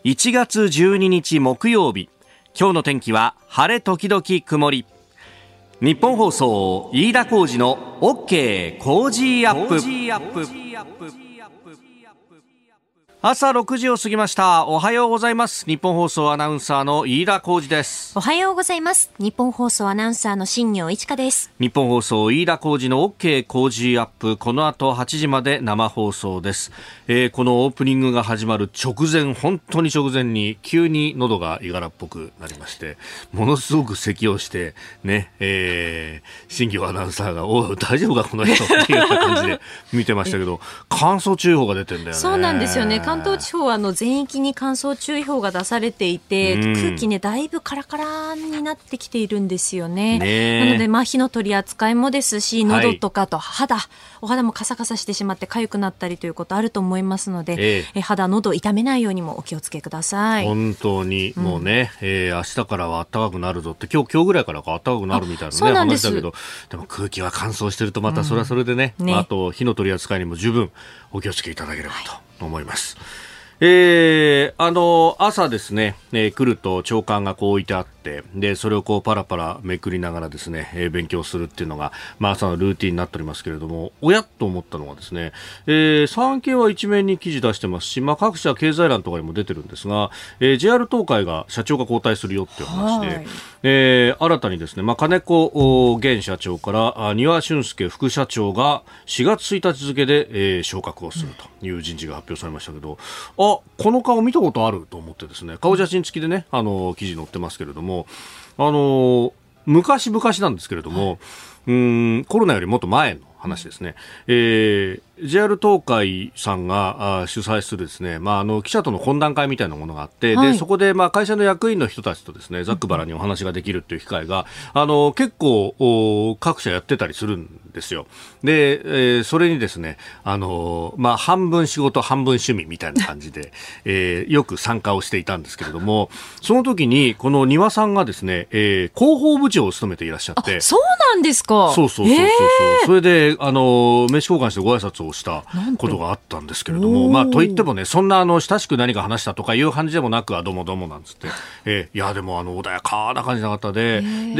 1月12日木曜日、今日の天気は晴れ時々曇り。日本放送飯田浩司の OK コージーアップ。朝6時を過ぎました。おはようございます。日本放送アナウンサーの飯田浩司です。 おはようございます。日本放送アナウンサーの新業一華です。 日本放送飯田浩司の OK コージーアップ、この後8時まで生放送です。このオープニングが始まる直前、本当に直前に急に喉がいがらっぽくなりまして、ものすごく咳をしてね、新業アナウンサーが大丈夫かこの人っていう感じで見てましたけど、乾燥注意報が出てるんだよね。 そうなんですよね。関東地方は全域に乾燥注意報が出されていて、空気ねだいぶカラカラになってきているんですよね。なので火の取り扱いもですし、喉とかとお肌もカサカサしてしまって痒くなったりということあると思いますので、肌喉を痛めないようにもお気をつけください。 本当にもうね、明日からは暖かくなるぞって今日ぐらいから暖かくなるみたいな、ね、話だけど、でも空気は乾燥してるとまたそれはそれでね、あと火の取り扱いにも十分お気をつけいただければと思います。朝ですね、来ると朝刊がこう置いてあって、でそれをこうパラパラめくりながらですね、勉強するっていうのが、朝のルーティンになっておりますけれども、おやっと思ったのはですね、産経は一面に記事出してますし、各社経済欄とかにも出てるんですが、JR 東海が社長が交代するよっていう話で、新たにですね、金子現社長から丹羽俊介副社長が4月1日付で、昇格をするという人事が発表されましたけど、この顔見たことあると思ってですね、顔写真付きでね、記事載ってますけれども、昔々なんですけれども、コロナよりもっと前の話ですね。JR 東海さんが主催するですね、記者との懇談会みたいなものがあって、でそこで会社の役員の人たちとですね、ざっくばらんにお話ができるっていう機会が結構各社やってたりするんですよ。で、それにですね、半分仕事半分趣味みたいな感じで、よく参加をしていたんですけれども、その時にこの丹羽さんがですね、広報部長を務めていらっしゃって。 そうなんですか。 そう。それで名刺交換してご挨拶をしたことがあったんですけれども、といってもね、そんな親しく何か話したとかいう感じでもなく、どうもどうもなんつって、いやでも穏やかな感じな方で、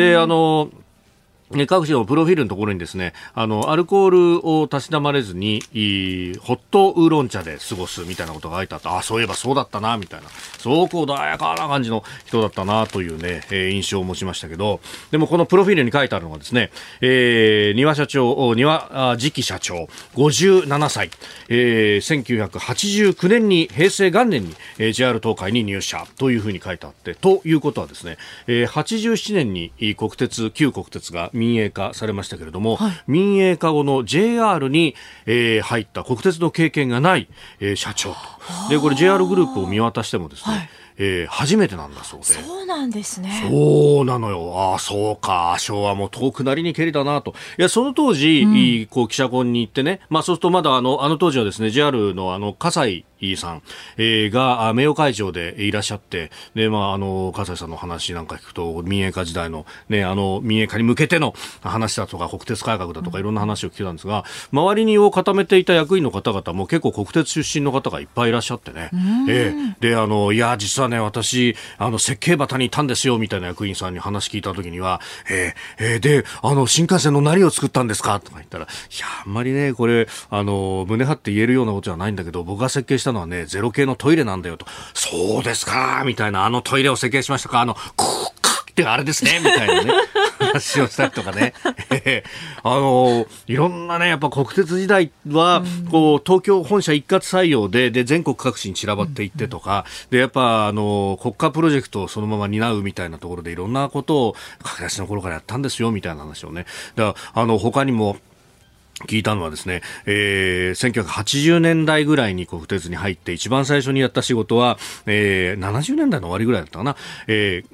各社のプロフィールのところにですね、アルコールをたしなまれずにホットウーロン茶で過ごすみたいなことが書いてあって、そういえばそうだったなみたいな、すごく穏やかな感じの人だったなというね、印象を持ちましたけど、でもこのプロフィールに書いてあるのがですね、丹羽次期社長57歳、1989年に平成元年に、JR 東海に入社というふうに書いてあって、ということはですね、87年に旧国鉄が民営化されましたけれども、民営化後の JR に、入った国鉄の経験がない、社長と。でこれ JR グループを見渡してもですね、初めてなんだそうで。 そうなんですね。 そうなのよ。そうか、昭和も遠くなりにけりだなと。いや、その当時、記者コンに行ってね、そうするとまだあの当時はですね、 JR の葛西さん、が名誉会長でいらっしゃって、で葛西さんの話なんか聞くと、民営化時代のね、民営化に向けての話だとか国鉄改革だとかいろんな話を聞いたんですが、周りにを固めていた役員の方々も結構国鉄出身の方がいっぱいいらっしゃってね、でいや実はね、私設計畑にいたんですよみたいな役員さんに話聞いた時には、で新幹線の何を作ったんですかとか言ったら、いやあんまりねこれ胸張って言えるようなことじゃないんだけど、僕が設計したのはねゼロ系のトイレなんだよと。そうですかみたいな、トイレを設計しましたか、クーカってあれですねみたいなね話をしたりとかねいろんなね、やっぱ国鉄時代はこう東京本社一括採用で全国各地に散らばっていってとかで、やっぱ国家プロジェクトをそのまま担うみたいなところでいろんなことを駆け出しの頃からやったんですよみたいな話をね。だから他にも聞いたのはですね、1980年代ぐらいに国鉄に入って一番最初にやった仕事は、70年代の終わりぐらいだったかな、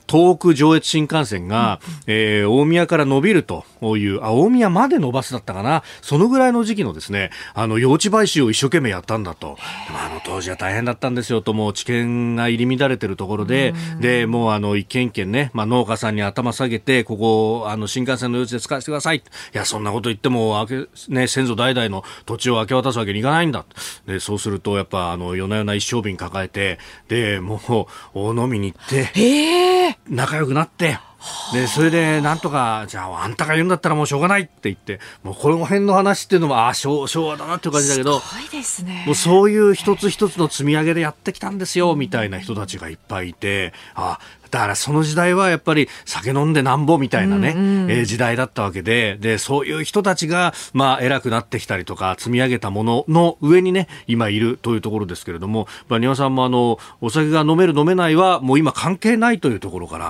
東北上越新幹線が、大宮から伸びるという、大宮まで伸ばすだったかな、そのぐらいの時期のですね、用地買収を一生懸命やったんだと。当時は大変だったんですよと、もう地権が入り乱れてるところで、もう一軒一軒ね、農家さんに頭下げて、ここ新幹線の用地で使わせてください。いや、そんなこと言っても先祖代々の土地を明け渡すわけにいかないんだ。で、そうするとやっぱ夜な夜な一升瓶抱えて、でもう大飲みに行って仲良くなって、でそれでなんとか、じゃああんたが言うんだったらもうしょうがないって言って、もうこの辺の話っていうのも昭和だなっていう感じだけど、 すごいですね。 もうそういう一つ一つの積み上げでやってきたんですよみたいな人たちがいっぱいいて、だからその時代はやっぱり酒飲んでなんぼみたいなね、時代だったわけで、そういう人たちが偉くなってきたりとか積み上げたものの上にね、今いるというところですけれども、丹羽さんもお酒が飲める飲めないはもう今関係ないというところから、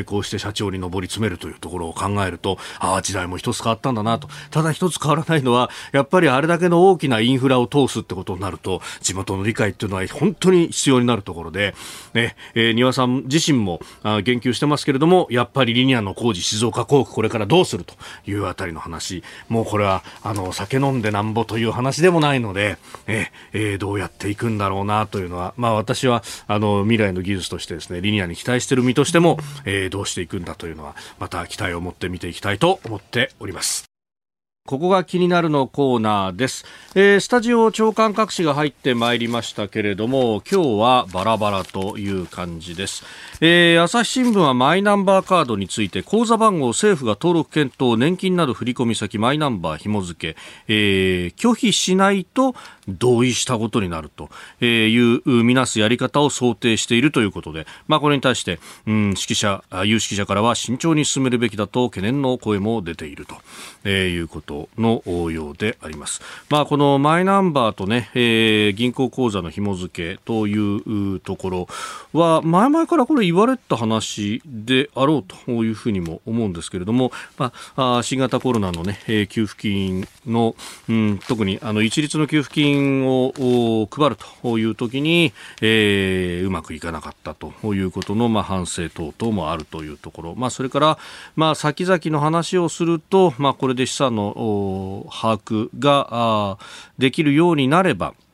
こうして社長に上り詰めるというところを考えると、時代も一つ変わったんだなと。ただ一つ変わらないのは、やっぱりあれだけの大きなインフラを通すってことになると、地元の理解っていうのは本当に必要になるところで、ね、丹羽さん自身も言及してますけれども、やっぱりリニアの工事、静岡工区これからどうするというあたりの話、もうこれは酒飲んでなんぼという話でもないので、どうやっていくんだろうなというのは、私は未来の技術としてですね、リニアに期待している身としても、どうしていくんだというのはまた期待を持って見ていきたいと思っております。ここが気になるのコーナーです。スタジオ長官各紙が入ってまいりましたけれども、今日はバラバラという感じです。朝日新聞はマイナンバーカードについて、口座番号、政府が登録検討、年金など振込先、マイナンバー紐付け、拒否しないと同意したことになるという見なすやり方を想定しているということで、これに対して有識者からは慎重に進めるべきだと懸念の声も出ているということのようであります。このマイナンバーとね、銀行口座の紐付けというところは前々からこれ言われた話であろうというふうにも思うんですけれども、新型コロナのね、給付金の、特に一律の給付金を配るというときに、うまくいかなかったということの、反省等々もあるというところ、それから先々の話をすると、これで資産の把握ができるようになれば、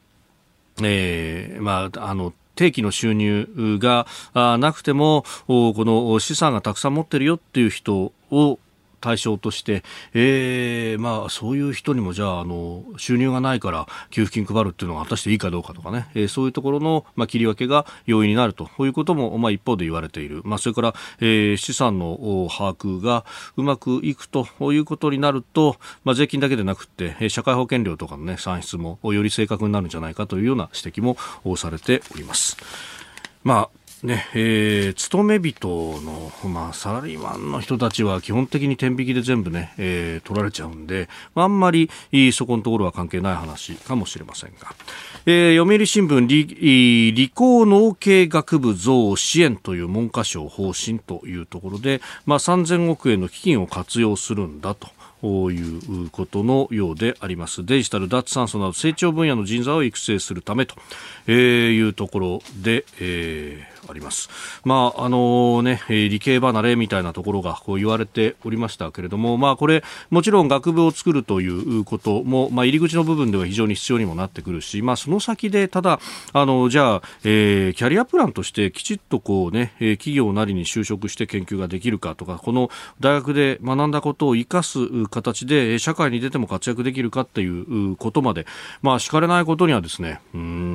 定期の収入がなくてもこの資産がたくさん持ってるよっていう人を対象として、そういう人にもじゃあ、収入がないから給付金配るっていうのが果たしていいかどうかとかね、そういうところの、切り分けが容易になるということも、一方で言われている。それから、資産の把握がうまくいくということになると、税金だけでなくって社会保険料とかのね、算出もより正確になるんじゃないかというような指摘もされております。勤め人の、サラリーマンの人たちは基本的に天引きで全部ね、取られちゃうんで、あんまりそこのところは関係ない話かもしれませんが、読売新聞理工農経学部増支援という文科省方針というところで、3000億円の基金を活用するんだということのようであります。デジタル、脱炭素など成長分野の人材を育成するためというところで、あります。理系離れみたいなところがこう言われておりましたけれども、これもちろん学部を作るということも、入り口の部分では非常に必要にもなってくるし、その先でただじゃあ、キャリアプランとしてきちっと企業なりに就職して研究ができるかとか、この大学で学んだことを生かす形で社会に出ても活躍できるかっていうことまで、敷かれないことにはですね、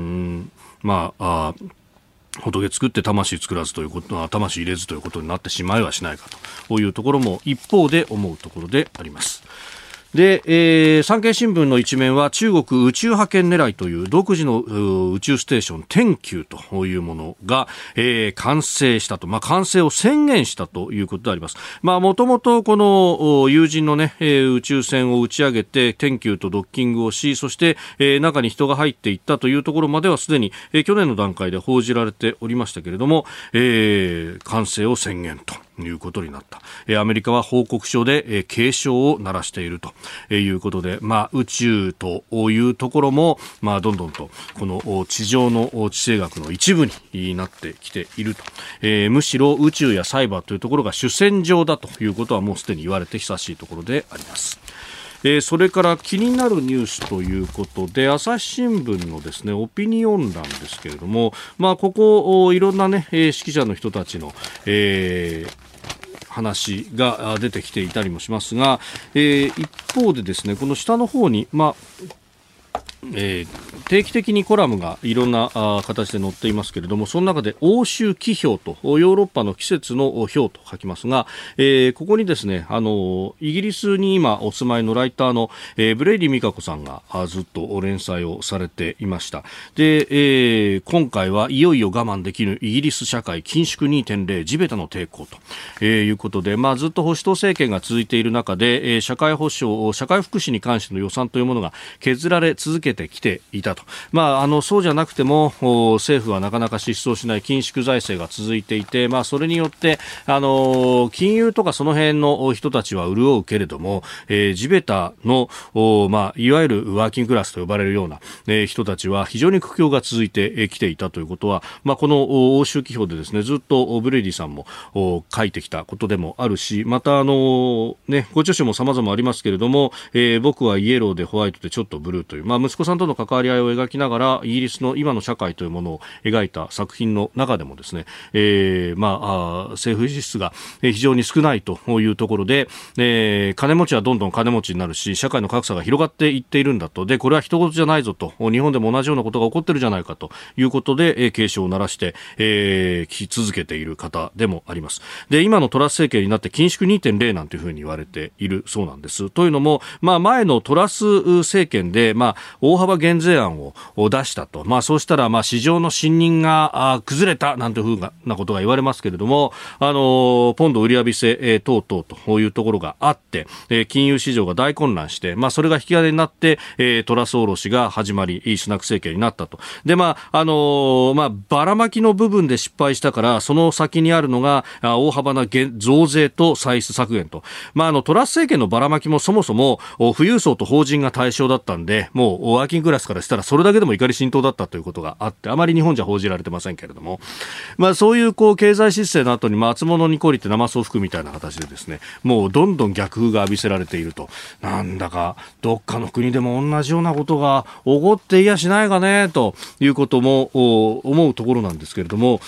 仏作って魂作らずということは魂入れずということになってしまいはしないかというところも一方で思うところであります。で、産経新聞の一面は中国宇宙派遣狙いという独自の宇宙ステーション天宮というものが、完成したと、完成を宣言したということであります。もともとこの有人のね、宇宙船を打ち上げて天宮とドッキングをし、そして、中に人が入っていったというところまではすでに、去年の段階で報じられておりましたけれども、完成を宣言ということになった。アメリカは報告書で警鐘を鳴らしているということで、宇宙というところも、どんどんとこの地上の地政学の一部になってきていると、むしろ宇宙やサイバーというところが主戦場だということはもうすでに言われて久しいところであります。それから気になるニュースということで、朝日新聞のですねオピニオン欄ですけれども、ここいろんなね識者の人たちの、話が出てきていたりもしますが、一方でですねこの下の方に定期的にコラムがいろんな形で載っていますけれども、その中で欧州気象とヨーロッパの季節の表と書きますが、ここにですねイギリスに今お住まいのライターの、ブレイディ美香子さんがずっと連載をされていました。で、今回はいよいよ我慢できるイギリス社会緊縮 2.0 地べたの抵抗と、いうことで、ずっと保守党政権が続いている中で、社会保障社会福祉に関しての予算というものが削られ続けてきていたと。そうじゃなくても政府はなかなか失踪しない緊縮財政が続いていて、それによって金融とかその辺の人たちは潤うけれども、地べたのいわゆるワーキングクラスと呼ばれるような、人たちは非常に苦境が続いてきていたということは、この欧州気象でですねずっとブレイディさんも書いてきたことでもあるし、またご著書も様々ありますけれども、僕はイエローでホワイトでちょっとブルーという、息子さんとの関わり合いを描きながらイギリスの今の社会というものを描いた作品の中でもですね、政府支出が非常に少ないというところで、金持ちはどんどん金持ちになるし、社会の格差が広がっていっているんだと。で、これは人事じゃないぞと、日本でも同じようなことが起こってるじゃないかということで、警鐘を鳴らして、聞き続けている方でもあります。で、今のトラス政権になって緊縮 2.0 なんていうふうに言われているそうなんです。というのも、前のトラス政権で、大幅減税案を出したと。そうしたら、市場の信任が崩れたなんていうふうなことが言われますけれども、ポンド売り浴びせ、等々というところがあって、金融市場が大混乱して、それが引き金になって、トラスおろしが始まり、スナク政権になったと。で、ばらまきの部分で失敗したから、その先にあるのが、大幅な増税と歳出削減と。トラス政権のばらまきもそもそも、富裕層と法人が対象だったんで、もうワーキングクラスからしたらそれだけでも怒り心頭だったということがあって、あまり日本じゃ報じられてませんけれども、そういう経済失勢の後に厚物に懲りてナマスを吹くみたいな形でですね、もうどんどん逆風が浴びせられていると。なんだかどっかの国でも同じようなことが起こっていやしないかねということも思うところなんですけれども、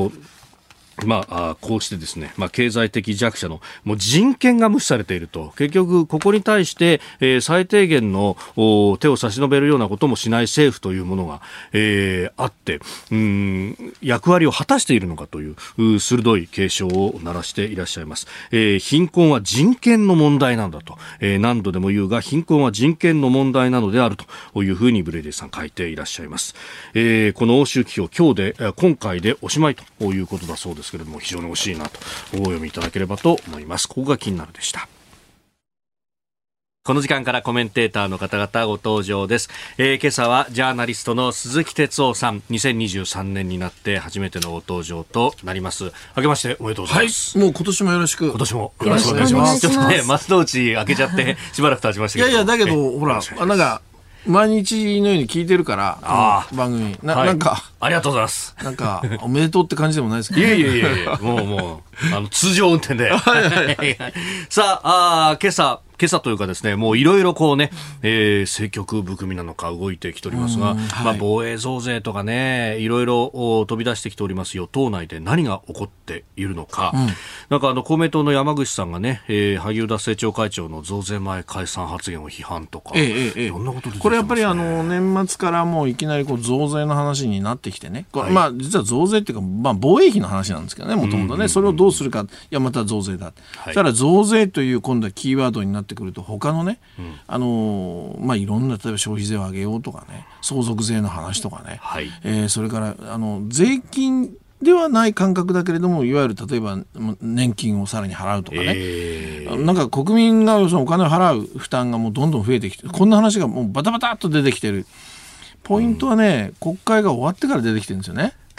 こうしてですね、経済的弱者のもう人権が無視されていると。結局ここに対して、最低限の手を差し伸べるようなこともしない政府というものが、あって、役割を果たしているのかという鋭い警鐘を鳴らしていらっしゃいます。貧困は人権の問題なんだと、何度でも言うが貧困は人権の問題なのであるというふうにブレイディさん書いていらっしゃいます。この欧州気象今回でおしまいということだそうですけれども、非常に惜しいなとお読みいただければと思います。ここが気になるでした。この時間からコメンテーターの方々ご登場です。今朝はジャーナリストの鈴木哲夫さん、2023年になって初めてのご登場となります。明けましておめでとうございます。 もう今年もよろしく。 今年もよろしくお願いします。ちょっとね、松の内開けちゃってしばらく経ちましたけど。 だけどほらなんか毎日のように聞いてるから番組なんかありがとうございます。 なんかおめでとうって感じでもないですか。 いやもう通常運転でさあ今朝というかですね、もういろいろ政局含みなのか動いてきておりますが、防衛増税とかね、いろいろ飛び出してきておりますよ。党内で何が起こっているのか、なんか公明党の山口さんがね、萩生田政調会長の増税前解散発言を批判とか、いろんなこと出てきてますね。 これやっぱり年末からもういきなり増税の話になってきてね、実は増税っていうか、防衛費の話なんですけどね、もともとね、それをどうするか、いやまた増税だ、ただ増税という今度はキーワードになってくると、他のね、いろんな例えば消費税を上げようとかね、相続税の話とかね、それから税金ではない感覚だけれども、いわゆる例えば年金をさらに払うとかね、なんか国民がお金を払う負担がもうどんどん増えてきて、こんな話がもうバタバタっと出てきてる。ポイントはね、国会が終わってから出てきてるんですよね。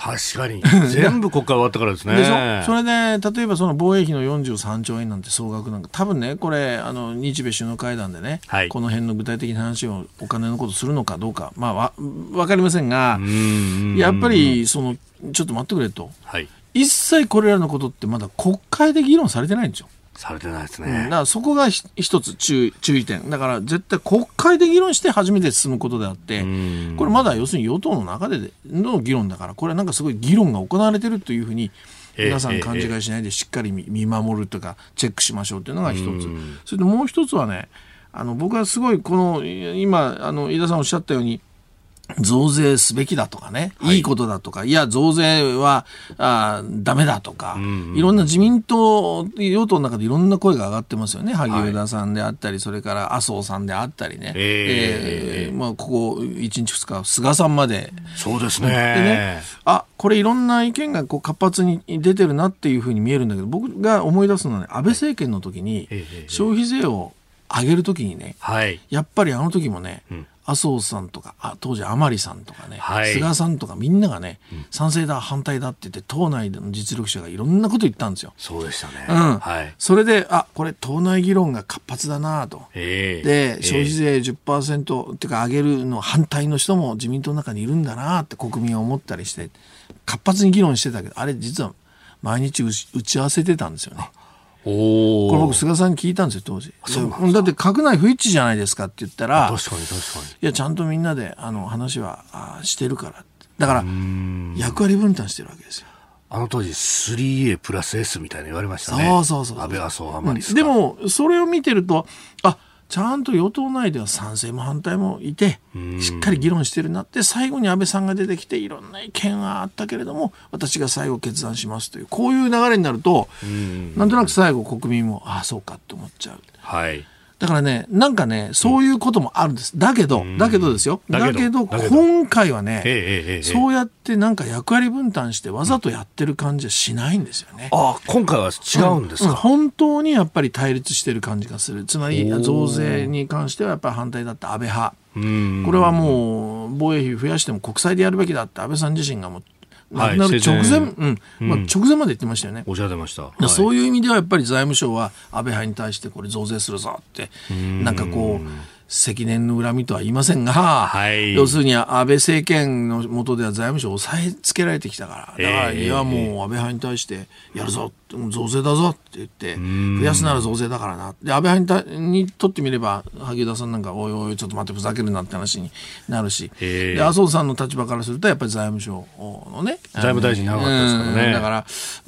確かに全部国会終わったからですね。 でしょ。それで例えばその防衛費の43兆円なんて総額なんか多分ねこれ日米首脳会談でね、はい、この辺の具体的な話をお金のことするのかどうか、まあ、分かりませんが、やっぱりちょっと待ってくれと、はい、一切これらのことってまだ国会で議論されてないんですよ。 されてないですね。 だからそこが一つ注意点だから、絶対国会で議論して初めて進むことであって、これまだ要するに与党の中での議論だから、これなんかすごい議論が行われてるというふうに皆さん勘違いしないでしっかり見守るとかチェックしましょうというのが一つ。それでもう一つはね、僕はすごいこの今飯田さんおっしゃったように増税すべきだとかね、いいことだとか、いや増税はダメだとか、いろんな自民党与党の中でいろんな声が上がってますよね。萩生田さんであったり、それから麻生さんであったりね、まあ、ここ1日2日菅さんまで。 そうですね。 でね、これいろんな意見がこう活発に出てるなっていうふうに見えるんだけど、僕が思い出すのはね、安倍政権の時に消費税を上げる時にね、やっぱり時もね、麻生さんとか当時甘利さんとかね、菅さんとかみんながね、賛成だ反対だって言って党内での実力者がいろんなこと言ったんですよ。 そうでしたね。 それでこれ党内議論が活発だなと、で消費税 10% っていうか上げるの反対の人も自民党の中にいるんだなって国民は思ったりして活発に議論してたけど、あれ実は毎日打ち合わせてたんですよね。これ僕菅さんに聞いたんですよ当時。だって閣内不一致じゃないですかって言ったら、 確かにいやちゃんとみんなで話はしてるからだから役割分担してるわけですよ。 当時 3A プラス S みたいな言われましたね。 そう安倍麻生甘利菅。 でもそれを見てるとちゃんと与党内では賛成も反対もいてしっかり議論してるなって、最後に安倍さんが出てきていろんな意見はあったけれども私が最後決断しますというこういう流れになると、なんとなく最後国民もそうかって思っちゃう。だからね、なんかねそういうこともあるんです。だけどですよ。だけど今回はね、そうやってなんか役割分担してわざとやってる感じはしないんですよね。 今回は違うんですか。 本当にやっぱり対立してる感じがする。つまり増税に関してはやっぱり反対だった安倍派、これはもう防衛費増やしても国債でやるべきだって安倍さん自身がもう亡くなる直前、直前まで言ってましたよね。 おっしゃってました。 そういう意味ではやっぱり財務省は安倍派に対してこれ増税するぞってなんかこう積年の恨みとは言いませんが、要するに安倍政権の下では財務省を押さえつけられてきたから、だからいやもう安倍派に対してやるぞ、増税だぞって言って増やすなら増税だからな。で安倍派にとってみれば萩生田さんなんかおいおいちょっと待ってふざけるなって話になるし、で麻生さんの立場からするとやっぱり財務省のね財務大臣長かったですからね。 だから、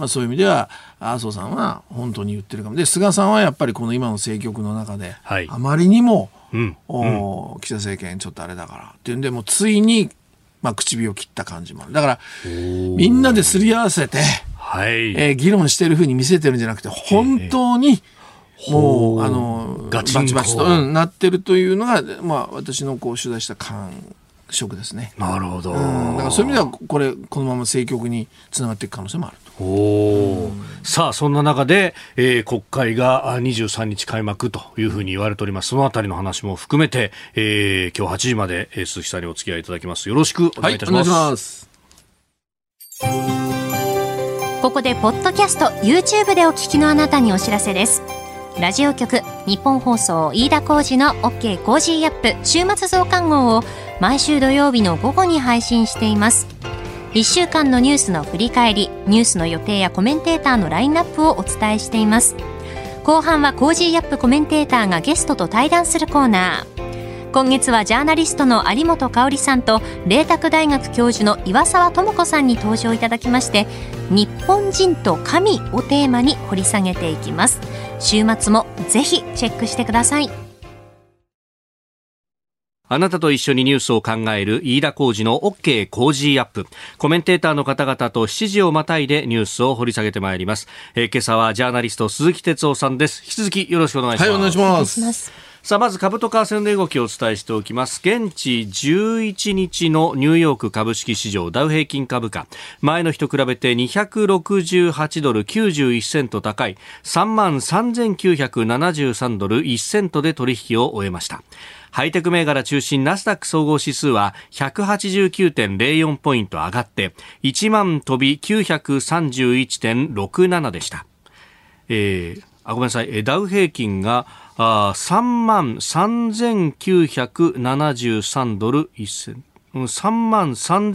そういう意味では麻生さんは本当に言ってるかも。で菅さんはやっぱりこの今の政局の中で、あまりにも岸田政権ちょっとあれだからっていうんでもうついに、口火を切った感じもある。だからみんなですり合わせて、議論してるふうに見せてるんじゃなくて本当にもうバチバチと、なってるというのが、私のこう取材した感触ですね。 なるほど。 だからそういう意味ではこのまま政局につながっていく可能性もあると。 さあそんな中で、国会が23日開幕というふうに言われております。そのあたりの話も含めて、今日8時まで、鈴木さんにお付き合いいただきます。よろしくお願いいたします。 お願いします。 ここでポッドキャスト YouTube でお聞きのあなたにお知らせです。ラジオ局日本放送飯田浩司の OK コージーアップ週末増刊号を毎週土曜日の午後に配信しています。1週間のニュースの振り返り、ニュースの予定やコメンテーターのラインナップをお伝えしています。後半はコージーアップコメンテーターがゲストと対談するコーナー。今月はジャーナリストの有本香里さんと麗澤大学教授の岩沢智子さんに登場いただきまして、日本人と神をテーマに掘り下げていきます。週末もぜひチェックしてください。 あなたと一緒にニュースを考える飯田浩司の OK コージーアップ。コメンテーターの方々と7時をまたいでニュースを掘り下げてまいります。今朝はジャーナリスト鈴木哲夫さんです。引き続きよろしくお願いします。 はい、お願いします。 さあまず株と為替の値動きをお伝えしておきます。現地11日のニューヨーク株式市場ダウ平均株価、前の日と比べて268ドル91セント高い 33,973 ドル1セントで取引を終えました。 ハイテク銘柄中心ナスダック総合指数は 189.04 ポイント上がって1万飛び 931.67 でした。ごめんなさい。ダウ平均が3万3973ドル1セント。3万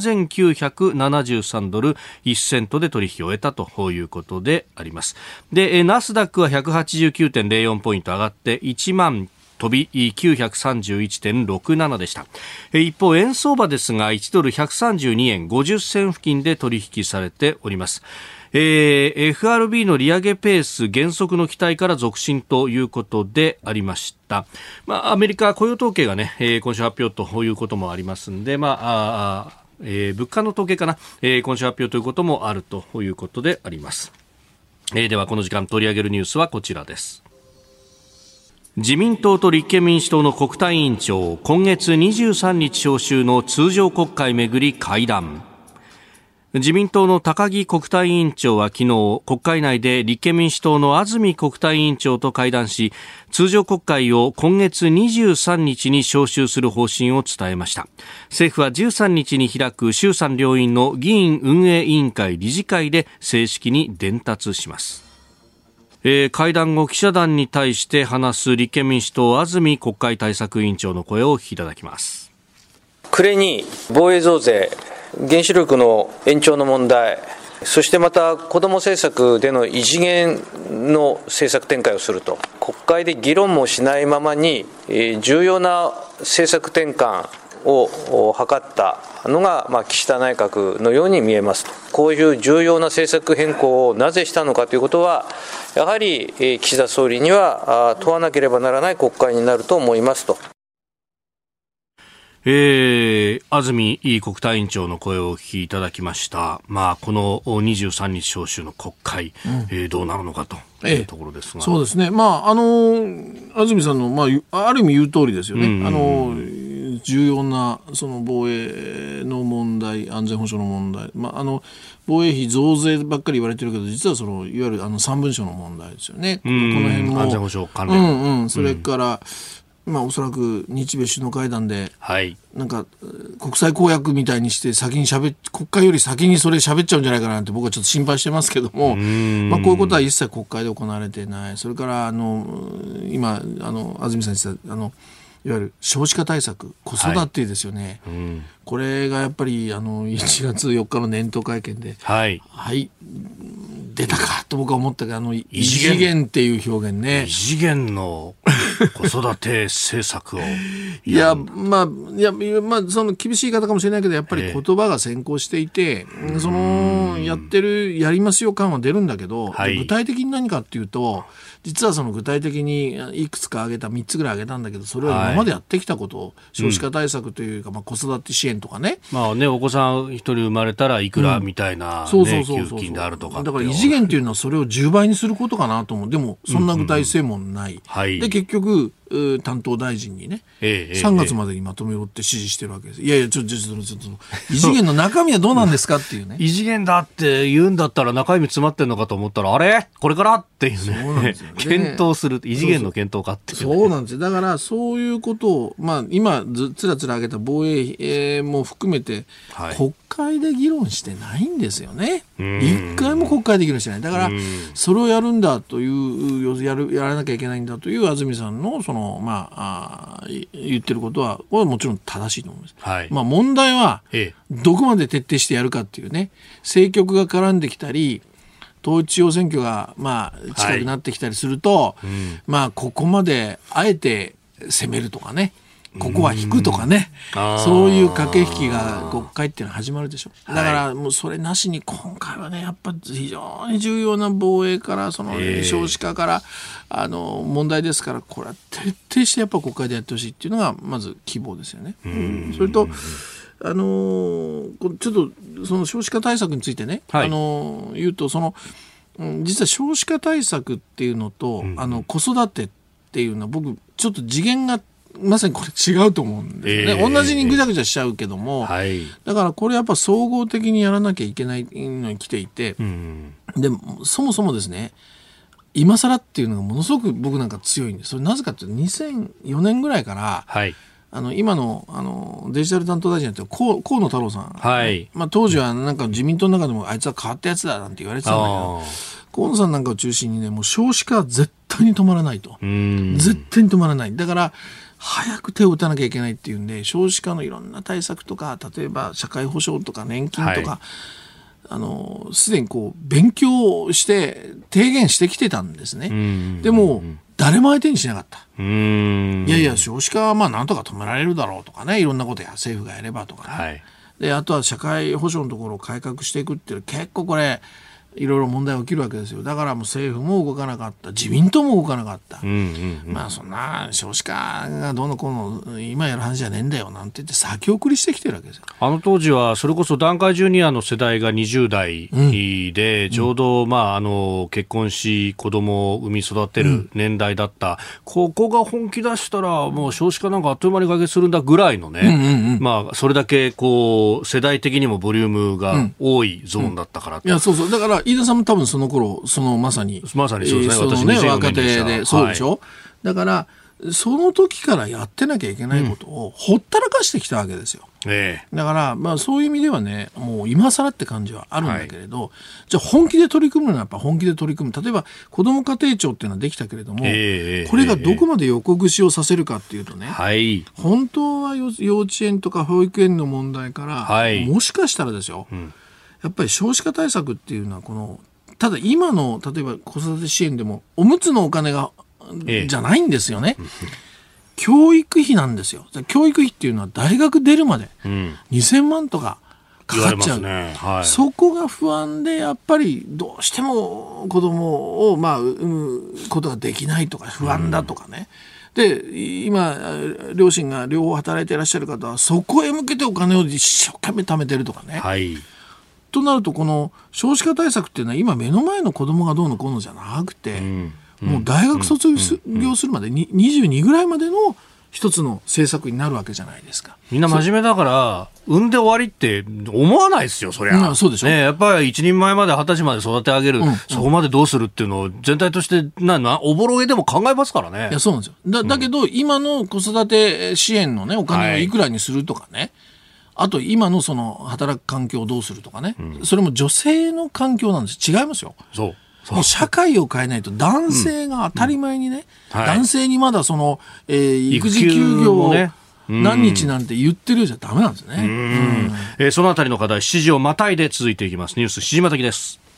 3973ドル1セントで取引を終えたということであります。で、ナスダックは 189.04 ポイント上がって1万飛び 931.67 でした。一方、円相場ですが1ドル132円50銭付近で取引されております。FRB の利上げペース減速の期待から続伸ということでありました。アメリカ雇用統計がね、今週発表ということもありますんで、物価の統計かな、今週発表ということもあるということであります。ではこの時間取り上げるニュースはこちらです。自民党と立憲民主党の国対委員長、今月23日召集の通常国会めぐり会談。自民党の高木国対委員長は昨日、国会内で立憲民主党の安住国対委員長と会談し、通常国会を今月23日に召集する方針を伝えました。政府は13日に開く衆参両院の議院運営委員会理事会で正式に伝達します。会談後記者団に対して話す立憲民主党安住国会対策委員長の声をお聞きいただきます。 暮れに防衛増税、原子力の延長の問題、そしてまた子ども政策での異次元の政策展開をすると、国会で議論もしないままに重要な政策転換を図ったのが、岸田内閣のように見えますと。こういう重要な政策変更をなぜしたのかということは、やはり岸田総理には問わなければならない国会になると思いますと。 安住国対委員長の声をお聞きいただきました。この23日召集の国会、どうなるのかというところですが、 そうですね。安住さんの、ある意味言う通りですよね。重要なその防衛の問題、安全保障の問題、防衛費増税ばっかり言われてるけど、実はそのいわゆる3文書の問題ですよね。この辺も安全保障関連、 それから、おそらく日米首脳会談で、なんか国際公約みたいにして国会より先にそれ喋っちゃうんじゃないかなって僕はちょっと心配してますけども、こういうことは一切国会で行われていない。それから今安住さんに言ったいわゆる少子化対策、子育てですよね。これがやっぱり1月4日の年頭会見で、出たかと僕は思ったけど、異次元っていう表現ね。 異次元の子育て政策をその厳しい言い方かもしれないけど、やっぱり言葉が先行していて、やりますよ感は出るんだけど、具体的に何かっていうと、実はその具体的にいくつか挙げた3つぐらい挙げたんだけど、それは今までやってきたことを、少子化対策というか、子育て支援とかね、 お子さん一人生まれたらいくらみたいな、給付金であるとか、 だから異次元っていうのはそれを10倍にすることかなと思う。でもそんな具体性もない、で結局担当大臣にね、3月までにまとめろって指示してるわけです。いやいや、ちょっと異次元の中身はどうなんですかっていうね。 異次元だって言うんだったら中身詰まってんのかと思ったら、あれこれからっていうね。 そうなんですよね。 検討する異次元の検討かっていう、 そうなんですよ。だからそういうことを、今つらつら挙げた防衛、も含めて、国会で議論してないんですよね。一回も国会で議論してない。だからそれをやるんだというやらなきゃいけないんだという安住さんの言ってることは、これはもちろん正しいと思います。問題はどこまで徹底してやるかっていうね。政局が絡んできたり、統一地方選挙が近くなってきたりすると、ここまであえて攻めるとかね、ここは引くとかね、そういう駆け引きが国会っていうのは始まるでしょ。だからもうそれなしに今回はね、やっぱ非常に重要な防衛からその少子化から問題ですから、これは徹底してやっぱ国会でやってほしいっていうのがまず希望ですよね。それとちょっとその少子化対策についてね、言うと、実は少子化対策っていうのと、子育てっていうのは僕ちょっと次元がまさにこれ違うと思うんですよね。同じにぐちゃぐちゃしちゃうけども、だからこれやっぱ総合的にやらなきゃいけないのに来ていて、でもそもそもですね、今更っていうのがものすごく僕なんか強いんです。それなぜかというと2004年ぐらいから、 今の、デジタル担当大臣やってる河野太郎さん、 はい、 当時はなんか自民党の中でもあいつは変わったやつだなんて言われてたんだけど、河野さんなんかを中心にね、もう少子化は絶対に止まらないと。絶対に止まらない。だから早く手を打たなきゃいけないっていうんで、少子化のいろんな対策とか、例えば社会保障とか年金とか、すでに勉強して提言してきてたんですね。でも誰も相手にしなかった。いやいや少子化はなんとか止められるだろうとかね、いろんなことや政府がやればとかね、はい、であとは社会保障のところを改革していくっていう、結構これいろいろ問題起きるわけですよ。だからもう政府も動かなかった、自民党も動かなかった、そんな少子化がどうのこうの今やる話じゃねえんだよなんて言って先送りしてきてるわけですよ。 当時はそれこそ団塊ジュニアの世代が20代で、ちょうど、結婚し子供を産み育てる年代だった、ここが本気出したらもう少子化なんかあっという間に解決するんだぐらいのね、それだけ世代的にもボリュームが多いゾーンだったからと、 いやそうだから飯田さんも多分その頃まさにそうですね、私若手でそうでしょ、だからその時からやってなきゃいけないことをほったらかしてきたわけですよ。だからそういう意味ではね、もう今更って感じはあるんだけれど、じゃあ本気で取り組むのはやっぱ本気で取り組む。例えば子ども家庭庁っていうのはできたけれども、これがどこまで横串をさせるかっていうとね、本当は幼稚園とか保育園の問題から、もしかしたらですよ、やっぱり少子化対策っていうのはただ今の例えば子育て支援でもおむつのお金が、じゃないんですよね。教育費なんですよ。教育費っていうのは大学出るまで2000万とかかかっちゃう、そこが不安でやっぱりどうしても子供を産むことができないとか不安だとかね、で今両親が両方働いていらっしゃる方はそこへ向けてお金を一生懸命貯めてるとかね、となるとこの少子化対策っていうのは今目の前の子供がどうのこうのじゃなくて、もう大学卒業するまで22ぐらいまでの一つの政策になるわけじゃないですか。 みんな真面目だから産んで終わりって思わないですよ、そりゃ。 そうでしょ、 やっぱり一人前まで20歳まで育て上げる、そこまでどうするっていうのを全体としておぼろげでも考えますからね。 いやそうなんですよ。だけど今の子育て支援のねお金をいくらにするとかね、あと今のその働く環境をどうするとかね、それも女性の環境なんです。違いますよ。もう社会を変えないと男性が当たり前にね、男性にまだその、育児休業を何日なんて言ってるじゃダメなんですね。 そのあたりの課題7時をまたいで続いていきます。ニュース7時またぎです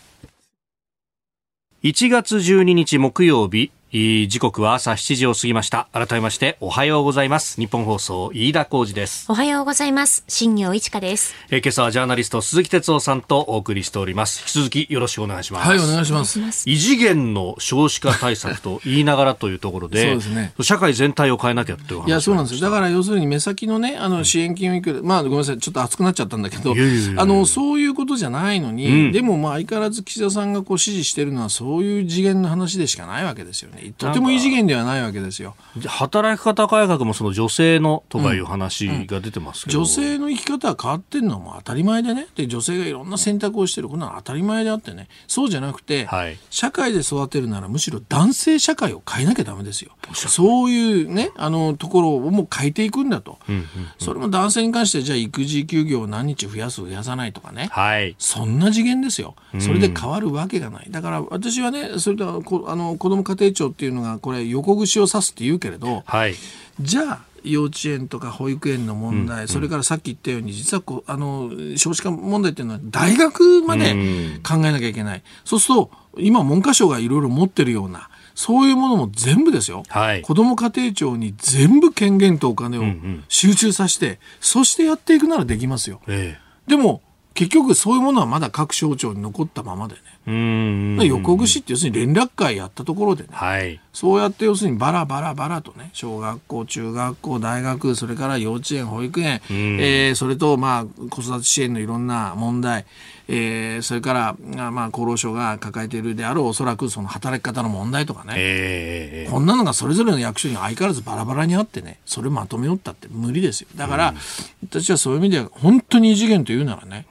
。1月12日木曜日、時刻は朝7時を過ぎました。改めましておはようございます。日本放送飯田浩司です。 おはようございます。新業一華です。 今朝はジャーナリスト鈴木哲夫さんとお送りしております。引き続きよろしくお願いします。 はい、お願いします。 異次元の少子化対策と言いながらというところでそうですね、社会全体を変えなきゃという話。 いやそうなんですよ。だから要するに目先のね支援金をいくら、ごめんなさいちょっと熱くなっちゃったんだけど、そういうことじゃないのに、でも相変わらず岸田さんが支持しているのはそういう次元の話でしかないわけですよね。とても異次元ではないわけですよ。 働き方改革もその女性のとかいう話が出てますけど、 女性の生き方は変わってるのはもう当たり前でね、で女性がいろんな選択をしてる、こんなの当たり前であってね、そうじゃなくて、社会で育てるならむしろ男性社会を変えなきゃダメですよ。そういうねところをもう変えていくんだと、それも男性に関してじゃあ育児休業を何日増やす増やさないとかね、そんな次元ですよ。それで変わるわけがない。だから私はね、それでは子ども家庭庁っていうのがこれ横串を刺すって言うけれど、じゃあ幼稚園とか保育園の問題、それからさっき言ったように実は少子化問題っていうのは大学まで考えなきゃいけない。そうすると今文科省がいろいろ持ってるようなそういうものも全部ですよ、子ども家庭庁に全部権限とお金を集中させて、そしてやっていくならできますよ。でも結局そういうものはまだ各省庁に残ったままでね、横串って要するに連絡会やったところでね、そうやって要するにバラバラバラとね、小学校中学校大学、それから幼稚園保育園、それと子育て支援のいろんな問題、それから厚労省が抱えているであろうおそらくその働き方の問題とかね、こんなのがそれぞれの役所に相変わらずバラバラにあってね、それをまとめよったって無理ですよ。だから、私はそういう意味では本当に異次元というならね、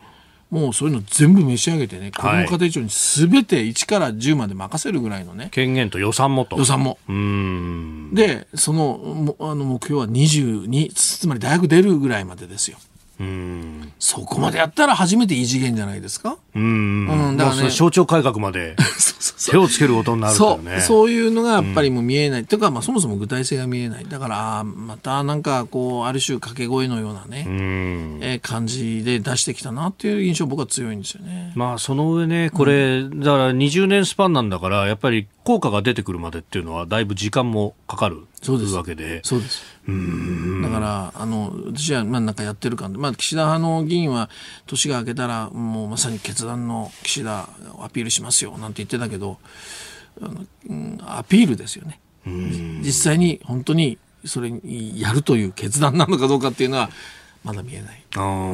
もうそういうの全部召し上げてね、子ども家庭庁に全て1から10まで任せるぐらいのね、 権限と予算もと。 予算も。で、その目標は22、つまり大学出るぐらいまでですよ。そこまでやったら初めて異次元じゃないですか。だからね、 省庁改革まで手をつけることになるとね。 そういうのがやっぱりもう見えない。というか、そもそも具体性が見えない。だから、またなんかこう、ある種掛け声のようなね、感じで出してきたなっていう印象僕は強いんですよね。 その上ね、これ、だから20年スパンなんだから、やっぱり効果が出てくるまでっていうのはだいぶ時間もかかるわけで。 そうです。だから私はなんかやってる感じ、岸田派の議員は年が明けたらもうまさに決断の岸田をアピールしますよなんて言ってたけど、アピールですよね。実際に本当にそれにやるという決断なのかどうかっていうのはまだ見えない。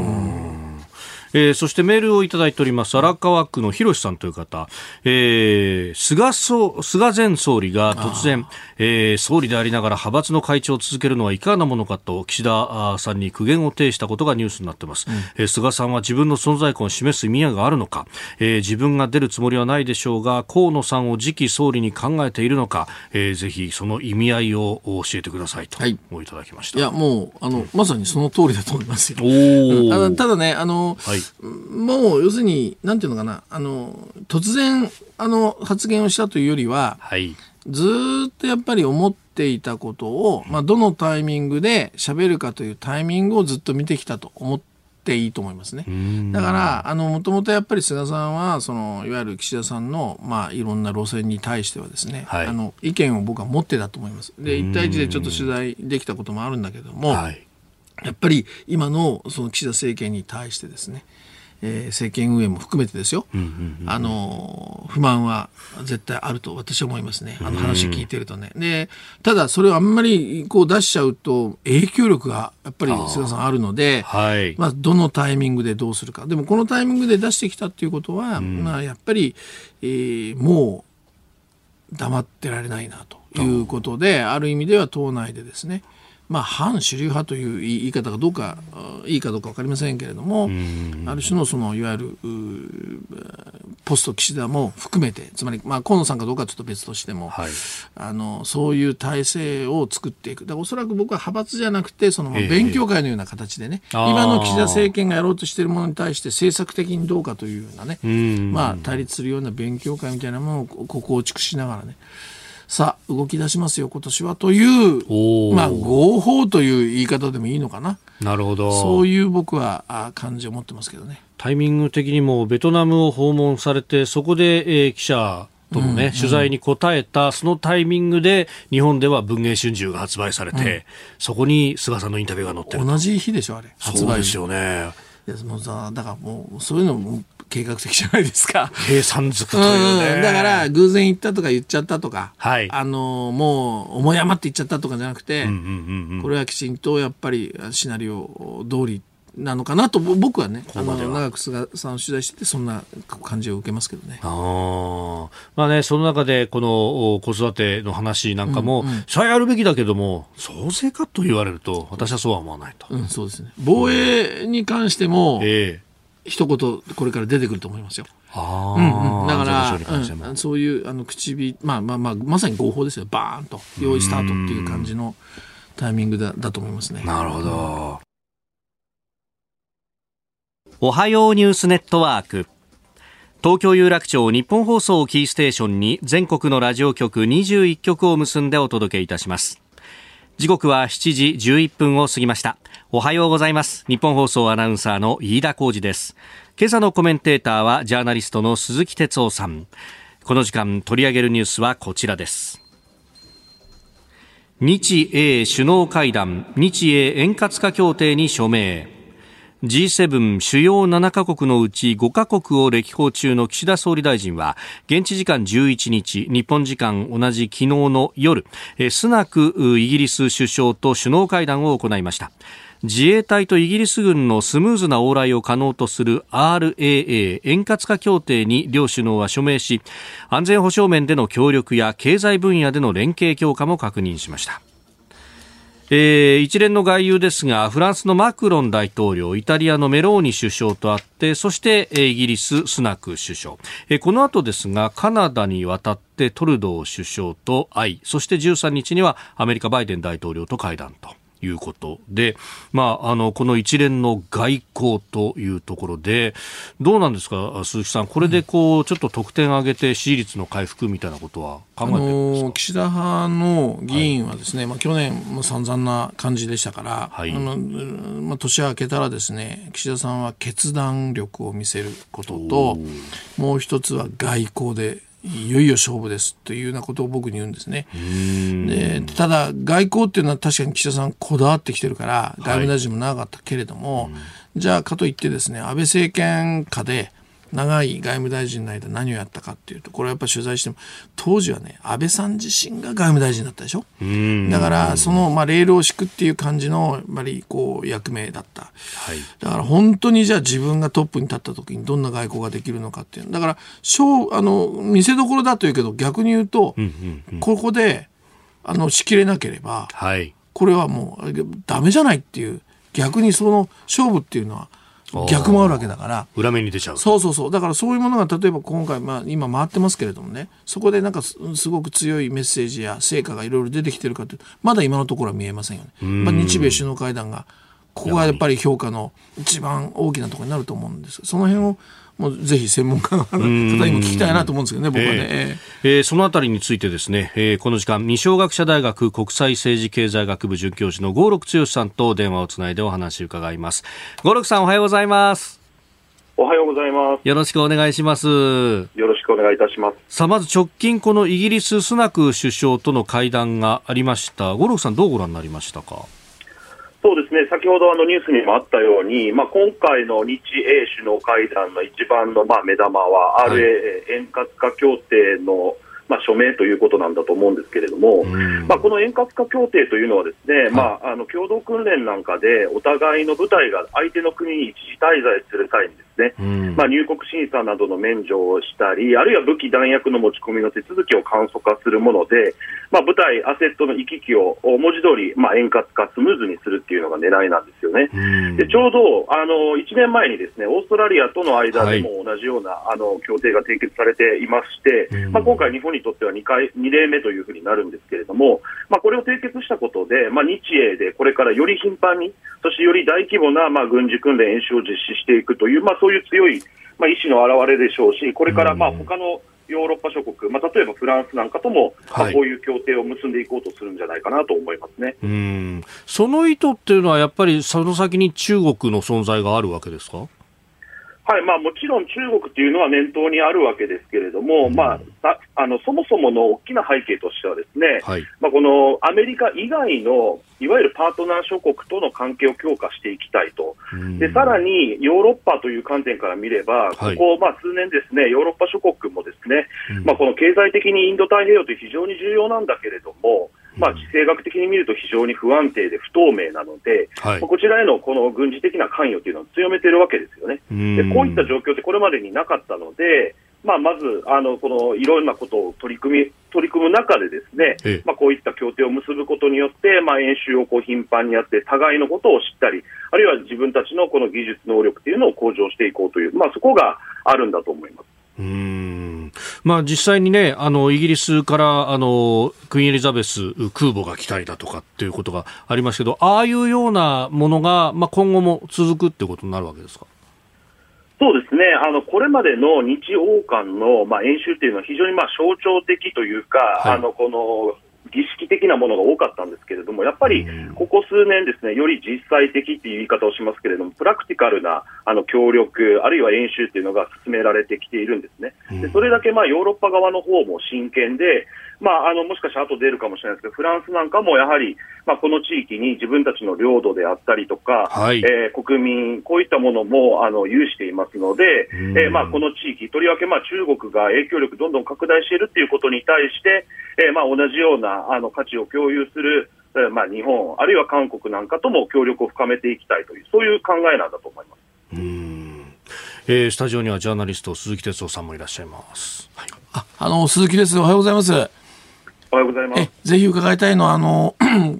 そしてメールをいただいております荒川区の広さんという方、菅前総理が突然、総理でありながら派閥の会長を続けるのはいかがなものかと岸田さんに苦言を呈したことがニュースになっています。菅さんは自分の存在感を示す意味合いがあるのか、自分が出るつもりはないでしょうが河野さんを次期総理に考えているのか、ぜひその意味合いを教えてくださいと、おいただきました。 いやもうまさにその通りだと思いますよ。ただねもう要するになんていうのかな、突然発言をしたというよりは、ずっとやっぱり思っていたことを、どのタイミングで喋るかというタイミングをずっと見てきたと思っていいと思いますね。だからもともとやっぱり菅さんはいわゆる岸田さんの、いろんな路線に対してはですね、意見を僕は持ってたと思います。で1対1でちょっと取材できたこともあるんだけども、やっぱり今のその岸田政権に対してですね、政権運営も含めてですよ、不満は絶対あると私は思いますね。話聞いてるとね。でただそれをあんまりこう出しちゃうと影響力がやっぱり菅さんあるので、どのタイミングでどうするか。でもこのタイミングで出してきたっていうことは、やっぱり、もう黙ってられないなということで、ある意味では党内でですね、反主流派という言い方がいいかどうか分かりませんけれども、ある種のいわゆるポスト岸田も含めて、つまり河野さんかどうかはちょっと別としても、そういう体制を作っていく。だからおそらく僕は派閥じゃなくて勉強会のような形でね、今の岸田政権がやろうとしているものに対して政策的にどうかというようなね、対立するような勉強会みたいなものを構築しながらね、さあ動き出しますよ今年はという、合法という言い方でもいいのかな。 なるほど。 そういう僕は感じを持ってますけどね。 タイミング的にもベトナムを訪問されて、そこで、記者とのね、取材に答えたそのタイミングで日本では文藝春秋が発売されて、そこに菅さんのインタビューが載ってる。 同じ日でしょあれ発売。 そうですよね。 いやもうだからもうそういうのも計画的じゃないですか。 計算づくというね。 だから偶然言ったとか言っちゃったとか、もう思い余って言っちゃったとかじゃなくて、これはきちんとやっぱりシナリオ通りなのかなと僕はね、長く菅さんを取材しててそんな感じを受けますけどね。 その中でこの子育ての話なんかも、それはやるべきだけども増税かと言われると私はそうは思わないと。 そうですね。防衛に関しても、一言これから出てくると思いますよ。だからそういう口火、まさに合法ですよ。バーンと用意スタートっていう感じのタイミングだと思いますね。 なるほど。おはようニュースネットワーク、東京有楽町日本放送をキーステーションに全国のラジオ局21局を結んでお届けいたします。時刻は7時11分を過ぎました。おはようございます。日本放送アナウンサーの飯田浩司です。今朝のコメンテーターはジャーナリストの鈴木哲夫さん。この時間取り上げるニュースはこちらです。日英首脳会談、日英円滑化協定に署名。G7 主要7カ国のうち5カ国を歴訪中の岸田総理大臣は現地時間11日日本時間同じ昨日の夜、スナクイギリス首相と首脳会談を行いました。自衛隊とイギリス軍のスムーズな往来を可能とする RAA 円滑化協定に両首脳は署名し、安全保障面での協力や経済分野での連携強化も確認しました。 一連の外遊ですが、フランスのマクロン大統領、イタリアのメローニ首相と会って、そしてイギリススナク首相、この後ですがカナダに渡ってトルドー首相と会い、そして13日にはアメリカバイデン大統領と会談ということで、この一連の外交というところでどうなんですか、鈴木さん、これでちょっと得点を上げて支持率の回復みたいなことは考えてるんですか。 岸田派の議員はですね、去年も散々な感じでしたから、年明けたらですね、岸田さんは決断力を見せることと、もう一つは外交でいよいよ勝負ですというようなことを僕に言うんですね。でただ外交っていうのは確かに岸田さんこだわってきてるから外務大臣も長かったけれども、じゃあかといってですね、安倍政権下で長い外務大臣の間何をやったかっていうと、これはやっぱり取材しても当時はね、安倍さん自身が外務大臣だったでしょ。だからそのレールを敷くっていう感じのやっぱり役目だった、だから本当にじゃあ自分がトップに立った時にどんな外交ができるのかっていう、だから見せどころだというけど逆に言うと、ここでしきれなければ、これはもうダメじゃないっていう、逆にその勝負っていうのは逆もあるわけだから、 裏目に出ちゃう。 そうだからそういうものが例えば今回、今回ってますけれどもね、そこでなんかすごく強いメッセージや成果がいろいろ出てきてるかというと、まだ今のところは見えませんよね。日米首脳会談がここがやっぱり評価の一番大きなところになると思うんです。その辺をもうぜひ専門家の方にも聞きたいなと思うんですけどね、僕はね。 そのあたりについてですね、この時間二松学舎大学国際政治経済学部准教授の合六剛さんと電話をつないでお話を伺います。合六さん、おはようございます。 おはようございます。 よろしくお願いします。よろしくお願いいたします。 さあ、まず直近このイギリススナク首相との会談がありました。合六さん、どうご覧になりましたか。 そうですね、先ほどニュースにもあったように、今回の日英首脳会談の一番の目玉は RA 円滑化協定の署名ということなんだと思うんですけれども、この円滑化協定というのはですね、共同訓練なんかでお互いの部隊が相手の国に一時滞在する際にですね、入国審査などの免除をしたり、あるいは武器弾薬の持ち込みの手続きを簡素化するもので、部隊アセットの行き来を文字通り円滑化スムーズにするっていうのが狙いなんですよね。でちょうど1年前にですね、オーストラリアとの間でも同じような協定が締結されていまして、今回日本にとっては2例目というふうになるんですけれども、これを締結したことで、日英でこれからより頻繁に、そしてより大規模な軍事訓練演習を実施していくという、そういう強い意思の表れでしょうし、これから他のヨーロッパ諸国、例えばフランスなんかとも、こういう協定を結んでいこうとするんじゃないかなと思いますね。 その意図っていうのはやっぱりその先に中国の存在があるわけですか。 はい、もちろん中国というのは念頭にあるわけですけれども、そもそもの大きな背景としてはですね、このアメリカ以外のいわゆるパートナー諸国との関係を強化していきたいと。でさらにヨーロッパという観点から見れば、ここ数年ですね、ヨーロッパ諸国もですね、この経済的にインド太平洋という非常に重要なんだけれども、地政学的に見ると非常に不安定で不透明なので、こちらへのこの軍事的な関与というのを強めているわけですよね。でこういった状況ってこれまでになかったので、まずこのいろんなことを取り組む中でですね、こういった協定を結ぶことによって、演習を頻繁にやって互いのことを知ったり、あるいは自分たちのこの技術能力というのを向上していこうという、そこがあるんだと思います。 実際にね、イギリスからクイーンエリザベス空母が来たりだとかっていうことがありますけど、ああいうようなものが、今後も続くってことになるわけですか。 そうですね、これまでの日欧間の、演習というのは非常に象徴的というか、この儀式的なものが多かったんですけれども、やっぱりここ数年ですね、より実際的という言い方をしますけれども、プラクティカルな協力、あるいは演習というのが進められてきているんですね。でそれだけヨーロッパ側の方も真剣で、もしかしたら後出るかもしれないですけど、フランスなんかもやはり、この地域に自分たちの領土であったりとか、国民、こういったものも有していますので、この地域、とりわけ中国が影響力どんどん拡大しているということに対して、同じような価値を共有する、日本、あるいは韓国なんかとも協力を深めていきたいという、そういう考えなんだと思います。 スタジオにはジャーナリスト鈴木哲夫さんもいらっしゃいます。 鈴木です。おはようございます。 おはようございます。 ぜひ伺いたいのは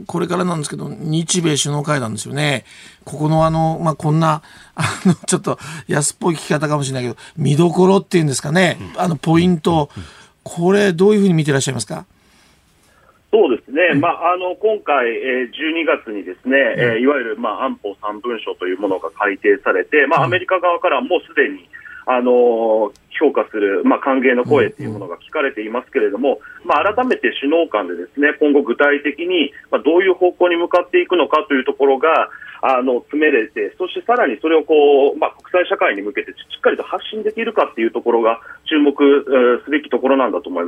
これからなんですけど、日米首脳会談ですよね。ここのこんな、ちょっと安っぽい聞き方かもしれないけど、見どころっていうんですかね、ポイント、これ、どういうふうに見てらっしゃいますか？ そうですね、今回、12月にですね、いわゆる、安保3文書というものが改定されて、アメリカ側からもうすでに評価する、歓迎の声というものが聞かれていますけれども、改めて首脳間でですね、今後具体的にどういう方向に向かっていくのかというところが詰めれて、そしてさらにそれを国際社会に向けてしっかりと発信できるかというところが注目すべきところなんだと思います。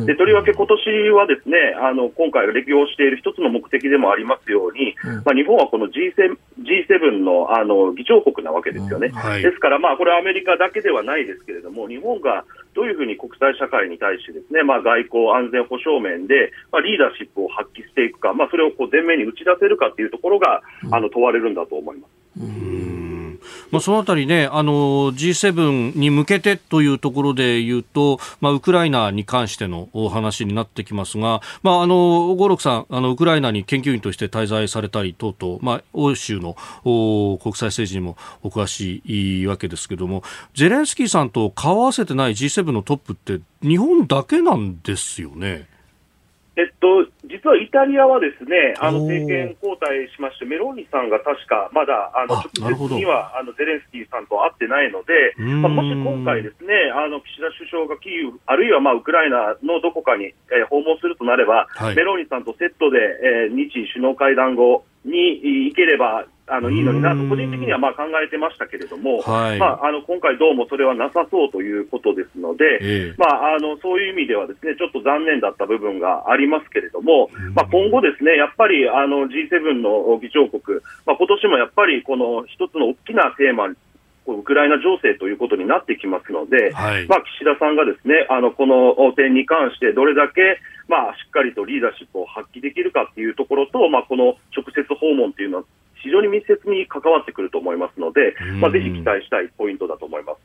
で、とりわけ今年はですね、今回歴訪している一つの目的でもありますように、日本はこの G7 の議長国なわけですよね。ですからこれはアメリカだけではないですけれども、日本がどういうふうに国際社会に対してですね、外交安全保障面でリーダーシップを発揮していくか、それを前面に打ち出せるかというところが問われるんだと思います。 そのあたりね、G7 に向けてというところで言うと、ウクライナに関してのお話になってきますが、五六さん、ウクライナに研究員として滞在されたり等々、欧州の国際政治にもお詳しいわけですけども、ゼレンスキーさんと顔を合わせてない G7 のトップって日本だけなんですよね。 実はイタリアはですね、政権交代しまして、メローニさんが確かまだ直接にはゼレンスキーさんと会ってないので、もし今回ですね、岸田首相がキーウ、あるいはウクライナのどこかに訪問するとなれば、メローニさんとセットで日首脳会談後に行ければいいのになと個人的には考えてましたけれども、今回どうもそれはなさそうということですので、そういう意味ではですね、ちょっと残念だった部分がありますけれども、今後ですね、やっぱりG7 の議長国、今年もやっぱりこの一つの大きなテーマ、ウクライナ情勢ということになってきますので、岸田さんがですね、この点に関してどれだけしっかりとリーダーシップを発揮できるかというところと、この直接訪問というのは非常に密接に関わってくると思いますので、ぜひ期待したいポイントだと思います。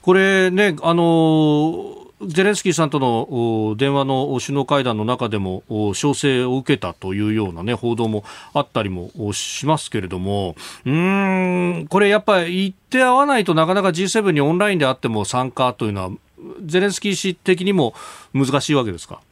これね、ゼレンスキーさんとの電話の首脳会談の中でも招請を受けたというような、報道もあったりもしますけれども、これやっぱり行って会わないとなかなか G7 にオンラインであっても参加というのはゼレンスキー氏的にも難しいわけですか？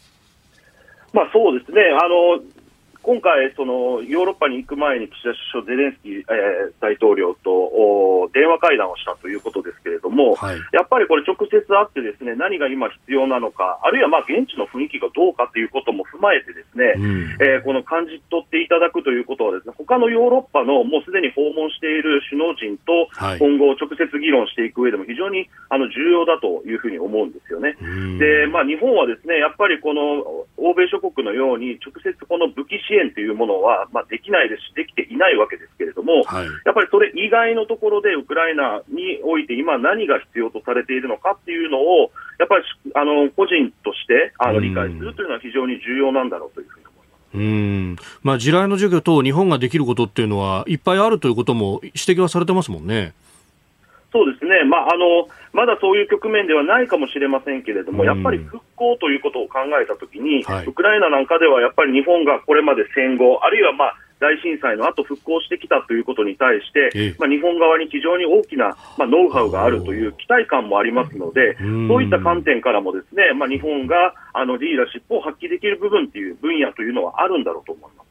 そうですね。今回、そのヨーロッパに行く前に岸田首相、ゼレンスキー、大統領と電話会談をしたということですけれども、やっぱりこれ直接会ってですね、何が今必要なのか、あるいは現地の雰囲気がどうかということも踏まえてですね、この感じ取っていただくということはですね、他のヨーロッパのもうすでに訪問している首脳陣と今後直接議論していく上でも非常に重要だというふうに思うんですよね。で、日本はですね、やっぱりこの欧米諸国のように直接この武器支援というものはできないですし、できていないわけですけれども、やっぱりそれ以外のところでウクライナにおいて今何が必要とされているのかっていうのをやっぱり個人として理解するというのは非常に重要なんだろうというふうに思います。 地雷の除去と日本ができることっていうのはいっぱいあるということも指摘はされてますもんね。 そうですね、まだそういう局面ではないかもしれませんけれども、やっぱり復興ということを考えたときに、ウクライナなんかではやっぱり日本がこれまで戦後、あるいは大震災の後復興してきたということに対して、日本側に非常に大きな、ノウハウがあるという期待感もありますので、そういった観点からもですね、日本がリーダーシップを発揮できる分野というのはあるんだろうと思います。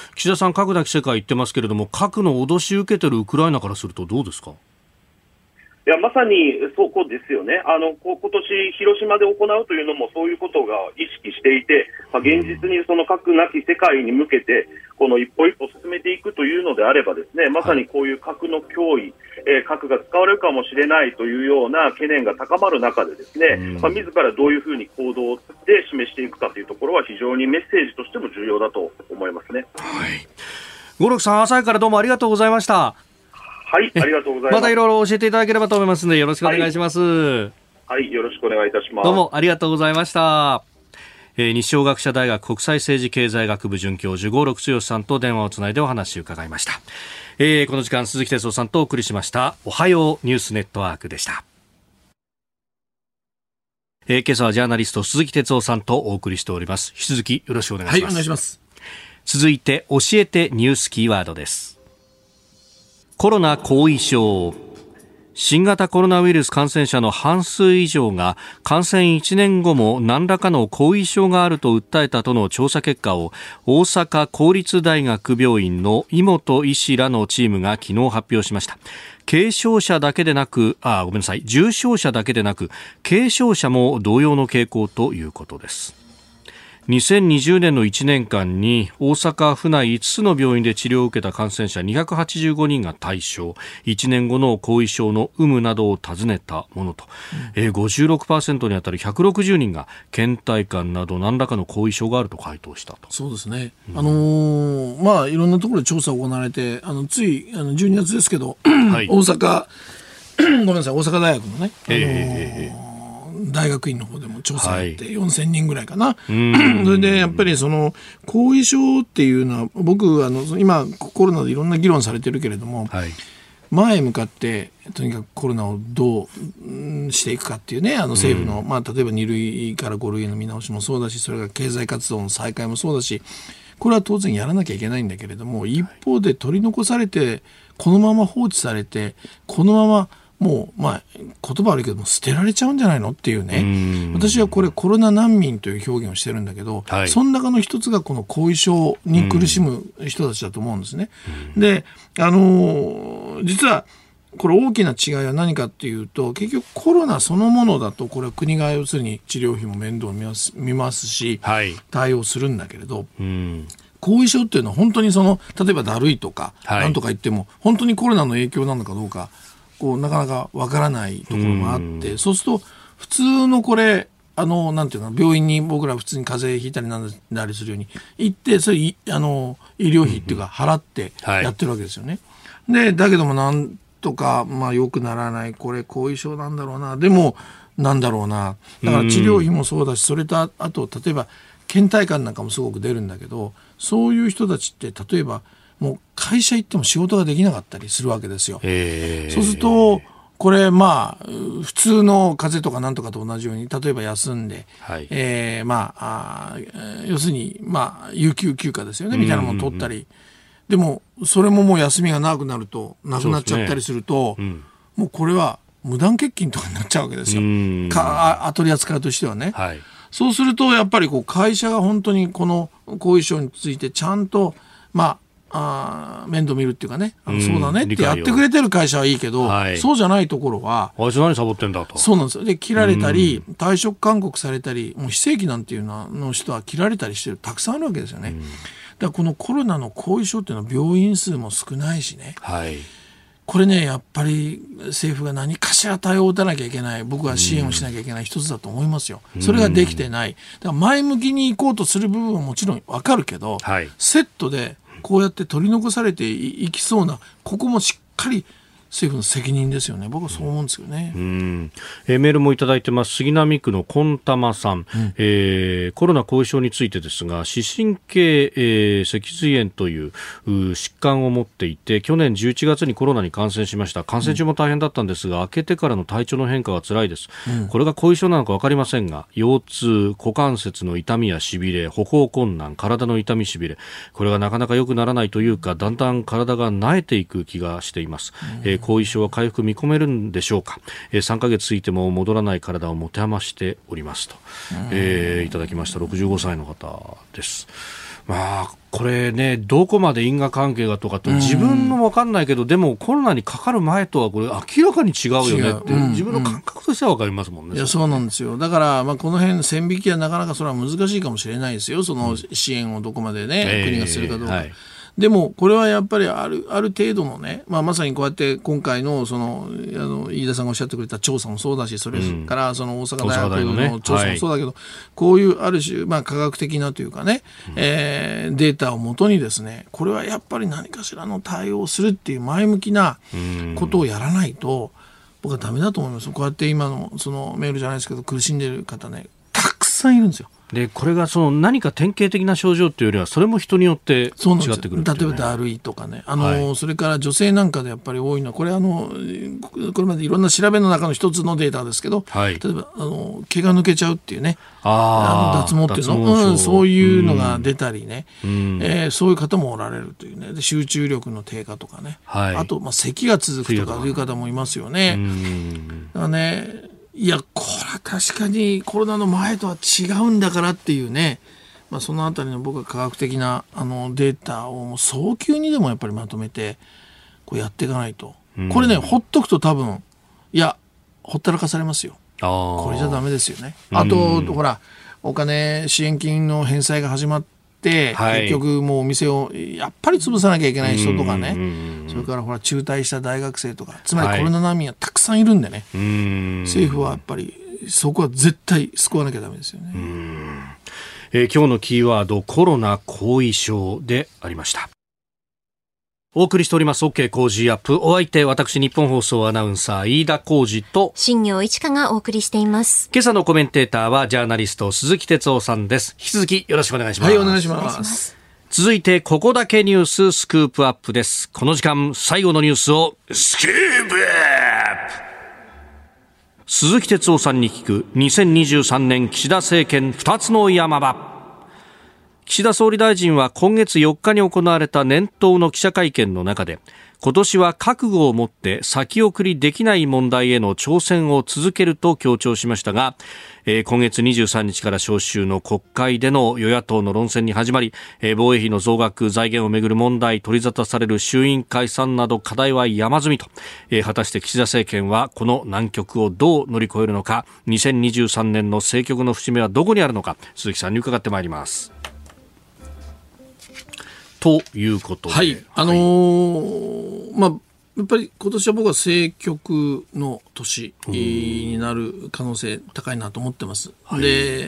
岸田さん、核なき世界言ってますけれども、核の脅し受けてるウクライナからするとどうですか？ いや、まさにそこですよね。今年広島で行うというのもそういうことが意識していて、現実にその核なき世界に向けてこの一歩一歩進めていくというのであればですね、まさにこういう核の脅威、核が使われるかもしれないというような懸念が高まる中でですね、自らどういうふうに行動で示していくかというところは非常にメッセージとしても重要だと思いますね。 五六さん、朝からどうもありがとうございました。 はい、ありがとうございます。 またいろいろ教えていただければと思いますのでよろしくお願いします。 はい、よろしくお願いいたします。 どうもありがとうございました。日照学舎大学国際政治経済学部准教授合六剛さんと電話をつないでお話を伺いました。この時間鈴木哲夫さんとお送りしましたおはようニュースネットワークでした。今朝はジャーナリスト鈴木哲夫さんとお送りしております。引き続きよろしくお願いします。 はい、お願いします。 続いて教えてニュースキーワードです。コロナ後遺症。新型コロナウイルス感染者の半数以上が感染1年後も何らかの後遺症があると訴えたとの調査結果を大阪公立大学病院の井本医師らのチームが昨日発表しました。重症者だけでなく重症者だけでなく軽症者も同様の傾向ということです。2020年の1年間に大阪府内5つの病院で治療を受けた感染者285人が対象。1年後の後遺症の有無などを尋ねたものと、56% にあたる160人が倦怠感など何らかの後遺症があると回答したと。 そうですね、いろんなところで調査が行われてつい12月ですけど、はい、大阪大阪大学のね、大学院の方でも調査やって4000人ぐらいかな、それでやっぱりその後遺症っていうのは僕今コロナでいろんな議論されてるけれども、はい、前へ向かってとにかくコロナをどうしていくかっていうね政府の、例えば2類から5類への見直しもそうだし、それから経済活動の再開もそうだし、これは当然やらなきゃいけないんだけれども、一方で取り残されてこのまま放置されてこのままもう言葉悪いけども捨てられちゃうんじゃないのっていうね、私はこれコロナ難民という表現をしてるんだけど、はい、その中の一つがこの後遺症に苦しむ人たちだと思うんですね。で、実はこれ大きな違いは何かっていうと、結局コロナそのものだとこれは国が要するに治療費も面倒見ますし、はい、対応するんだけれど、後遺症っていうのは本当に例えばだるいとか何とか言っても本当にコロナの影響なのかどうかなかなかわからないところもあって、そうすると普通のこれなんていうの、病院に僕ら普通に風邪ひいたりなんだりするように行ってそれ医療費っていうか払ってやってるわけですよね。でだけどもなんとか良くならない、これ後遺症なんだろうな、でもなんだろうな、だから治療費もそうだし、それとあと例えば倦怠感なんかもすごく出るんだけど、そういう人たちって例えばもう会社行っても仕事ができなかったりするわけですよ。そうするとこれ普通の風邪とかなんとかと同じように例えば休んで、はい、要するに有給休暇ですよねみたいなものを取ったり、でもそれももう休みが長くなるとなくなっちゃったりすると、もうこれは無断欠勤とかになっちゃうわけですよ。取り扱いとしてはね、はい、そうするとやっぱり会社が本当にこの後遺症についてちゃんと面倒見るっていうかね、そうだねってやってくれてる会社はいいけど、はい、そうじゃないところはあいつ何サボってんだと。 そうなんですよ。で切られたり退職勧告されたり、もう非正規なんていうの人は切られたりしてるたくさんあるわけですよね。だからこのコロナの後遺症っていうのは病院数も少ないしね、はい、これねやっぱり政府が何かしら対応を打たなきゃいけない、僕は支援をしなきゃいけない一つだと思いますよ。それができてない。だから前向きに行こうとする部分はもちろん分かるけど、はい、セットでこうやって取り残されていきそうな、ここもしっかり政府の責任ですよね。僕はそう思うんですよね。 メールもいただいてます。杉並区の金玉さん、コロナ後遺症についてですが、視神経、脊髄炎という疾患を持っていて、去年11月にコロナに感染しました。感染中も大変だったんですが、明けてからの体調の変化が辛いです。これが後遺症なのか分かりませんが、腰痛、股関節の痛みやしびれ、歩行困難、体の痛みしびれ、これがなかなか良くならないというか、だんだん体が慣れていく気がしています。後遺症は回復見込めるんでしょうか。3ヶ月ついても戻らない体を持て余しておりますと、いただきました。65歳の方です。これね、どこまで因果関係がとかって自分の分かんないけど、でもコロナにかかる前とはこれ明らかに違うよねって自分の感覚としては分かりますもんね。 いやそうなんですよ。だからこの辺線引きはなかなかそれは難しいかもしれないですよ。その支援をどこまでね、国がするかどうか、でもこれはやっぱりある程度のね、まさにこうやって今回の飯田さんがおっしゃってくれた調査もそうだし、それからその大阪大学の調査もそうだけど、こういうある種科学的なというかね、データをもとにですね、これはやっぱり何かしらの対応をするっていう前向きなことをやらないと僕はダメだと思います。こうやって今のそのメールじゃないですけど苦しんでいる方ね、たくさんいるんですよ。 でこれがその何か典型的な症状というよりはそれも人によって違ってくる、ね、 例えばだるいとかねはい、 それから女性なんかでやっぱり多いのはこれこれまでいろんな調べの中の一つのデータですけど、 はい、 例えば毛が抜けちゃうっていうね脱毛っていうの、 そういうのが出たりね、そういう方もおられるというねで集中力の低下とかね、はい、あと咳が続くとかいう方もいますよね。だからねいやこれは確かにコロナの前とは違うんだからっていうね、そのあたりの僕は科学的なデータをもう早急にでもやっぱりまとめてこうやっていかないと、これねほっとくと多分ほったらかされますよ。これじゃダメですよね。あとほらお金支援金の返済が始まって、はい、結局もうお店をやっぱり潰さなきゃいけない人とかね、それからほら中退した大学生とかつまりコロナ難民はたくさんいるんでね、はい、政府はやっぱりそこは絶対救わなきゃダメですよね。 今日のキーワードコロナ後遺症でありました。お送りしております OK 工事アップ。お相手私日本放送アナウンサー飯田浩司と新業一華がお送りしています。 今朝のコメンテーターはジャーナリスト鈴木哲夫さんです。引き続きよろしくお願いします。 はいお願いします。 続いてここだけニューススクープアップです。この時間最後のニュースをスクープアップ。鈴木哲夫さんに聞く2023年岸田政権2つの山場。岸田総理大臣は今月4日に行われた年頭の記者会見の中で今年は覚悟を持って先送りできない問題への挑戦を続けると強調しましたが、今月23日から召集の国会での与野党の論戦に始まり、防衛費の増額財源をめぐる問題取り沙汰される衆院解散など課題は山積みと、果たして岸田政権はこの難局をどう乗り越えるのか、2023年の政局の節目はどこにあるのか、鈴木さんに伺ってまいります。ということで、 はいやっぱり今年は僕は政局の年になる可能性高いなと思ってます。はい、で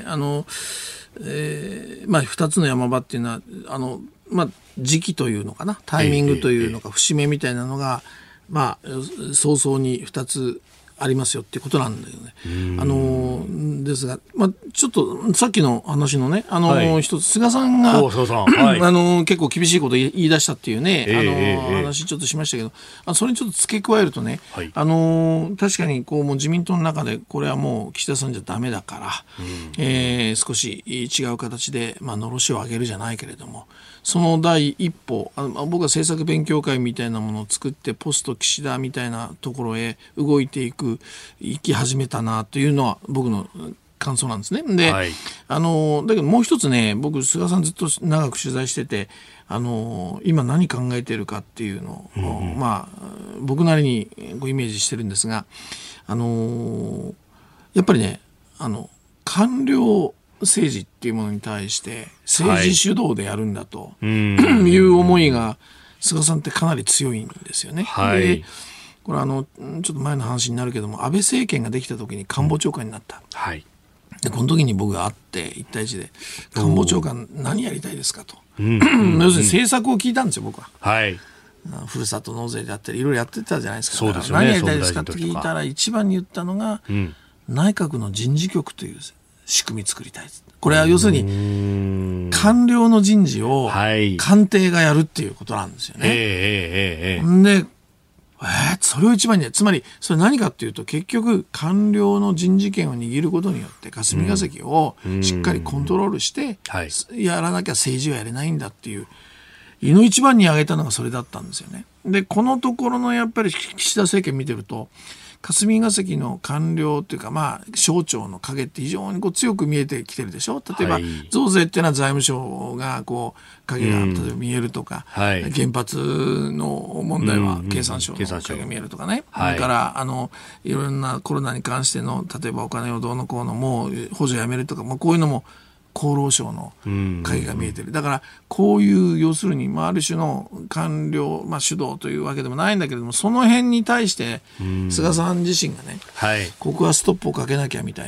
2つの山場っていうのは時期というのかなタイミングというのか節目みたいなのが、早々に2つありますよっていうことなんだよね。ですが、ちょっとさっきの話のね、一つ菅さんが結構厳しいことを言い出したっていうね、話ちょっとしましたけど、それにちょっと付け加えるとね、確かにこうもう自民党の中でこれはもう岸田さんじゃダメだから、少し違う形でのろしを上げるじゃないけれども、その第一歩、僕は政策勉強会みたいなものを作ってポスト岸田みたいなところへ動いていき始めたなというのは僕の感想なんですね。で、だけどもう一つね、僕菅さんずっと長く取材してて、今何考えているかっていうのを、僕なりにイメージしてるんですが、やっぱりね官僚政治っていうものに対して政治主導でやるんだという思いが菅さんってかなり強いんですよね。でこれちょっと前の話になるけども、安倍政権ができた時に官房長官になった、でこの時に僕が会って1対1で官房長官何やりたいですかと、要するに政策を聞いたんですよ僕は。ふるさと納税であったりいろいろやってたじゃないですか。 そうですよね、 何やりたいですかって聞いたら一番に言ったのが、内閣の人事局という仕組み作りたい。これは要するに官僚の人事を官邸がやるっていうことなんですよね。でそれを一番に、つまりそれ何かっていうと、結局官僚の人事権を握ることによって霞が関をしっかりコントロールしてやらなきゃ政治はやれないんだっていう胃の一番に挙げたのがそれだったんですよね。でこのところのやっぱり岸田政権見てると、霞が関の官僚というか省庁の影って非常に強く見えてきてるでしょ。例えば、増税っていうのは財務省が影が例えば見えるとか、原発の問題は経産省の影が見えるとかね、それからいろんなコロナに関しての例えばお金をどうのこうのもう補助やめるとか、こういうのも厚労省の影が見えてる。だからこういう要するに、ある種の官僚、主導というわけでもないんだけれども、その辺に対して菅さん自身がね、ここはストップをかけなきゃみたいなね、